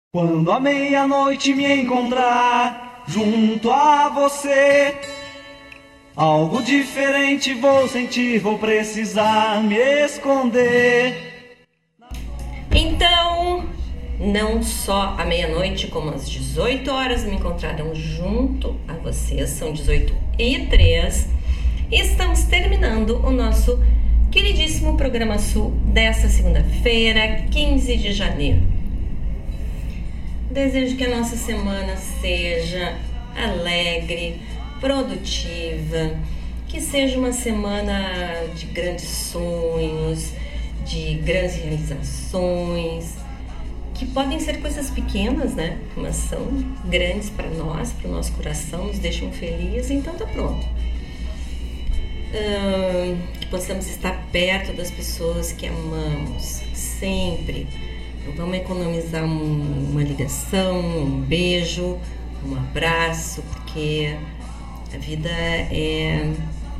Quando à meia-noite me encontrar junto a você, algo diferente vou sentir, vou precisar me esconder.
Então, não só à meia-noite, como às 18 horas me encontrarão junto a vocês, são 18h03. Estamos terminando o nosso queridíssimo Programa Sul desta segunda-feira, 15 de janeiro. Desejo que a nossa semana seja alegre, produtiva, que seja uma semana de grandes sonhos, de grandes realizações, que podem ser coisas pequenas, né? Mas são grandes para nós, para o nosso coração, nos deixam felizes, então tá pronto. Que possamos estar perto das pessoas que amamos, sempre. Vamos economizar uma ligação, um beijo, um abraço, porque a vida é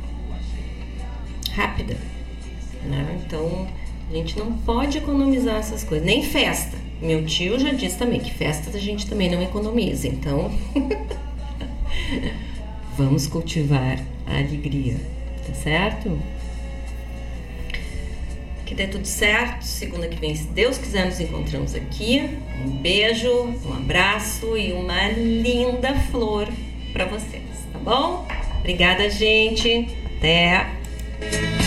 rápida, né? Então a gente não pode economizar essas coisas, nem festa. Meu tio já disse também que festas a gente também não economiza, então vamos cultivar a alegria, tá certo? Que dê tudo certo. Segunda que vem, se Deus quiser, nos encontramos aqui. Um beijo, um abraço e uma linda flor para vocês, tá bom? Obrigada, gente. Até!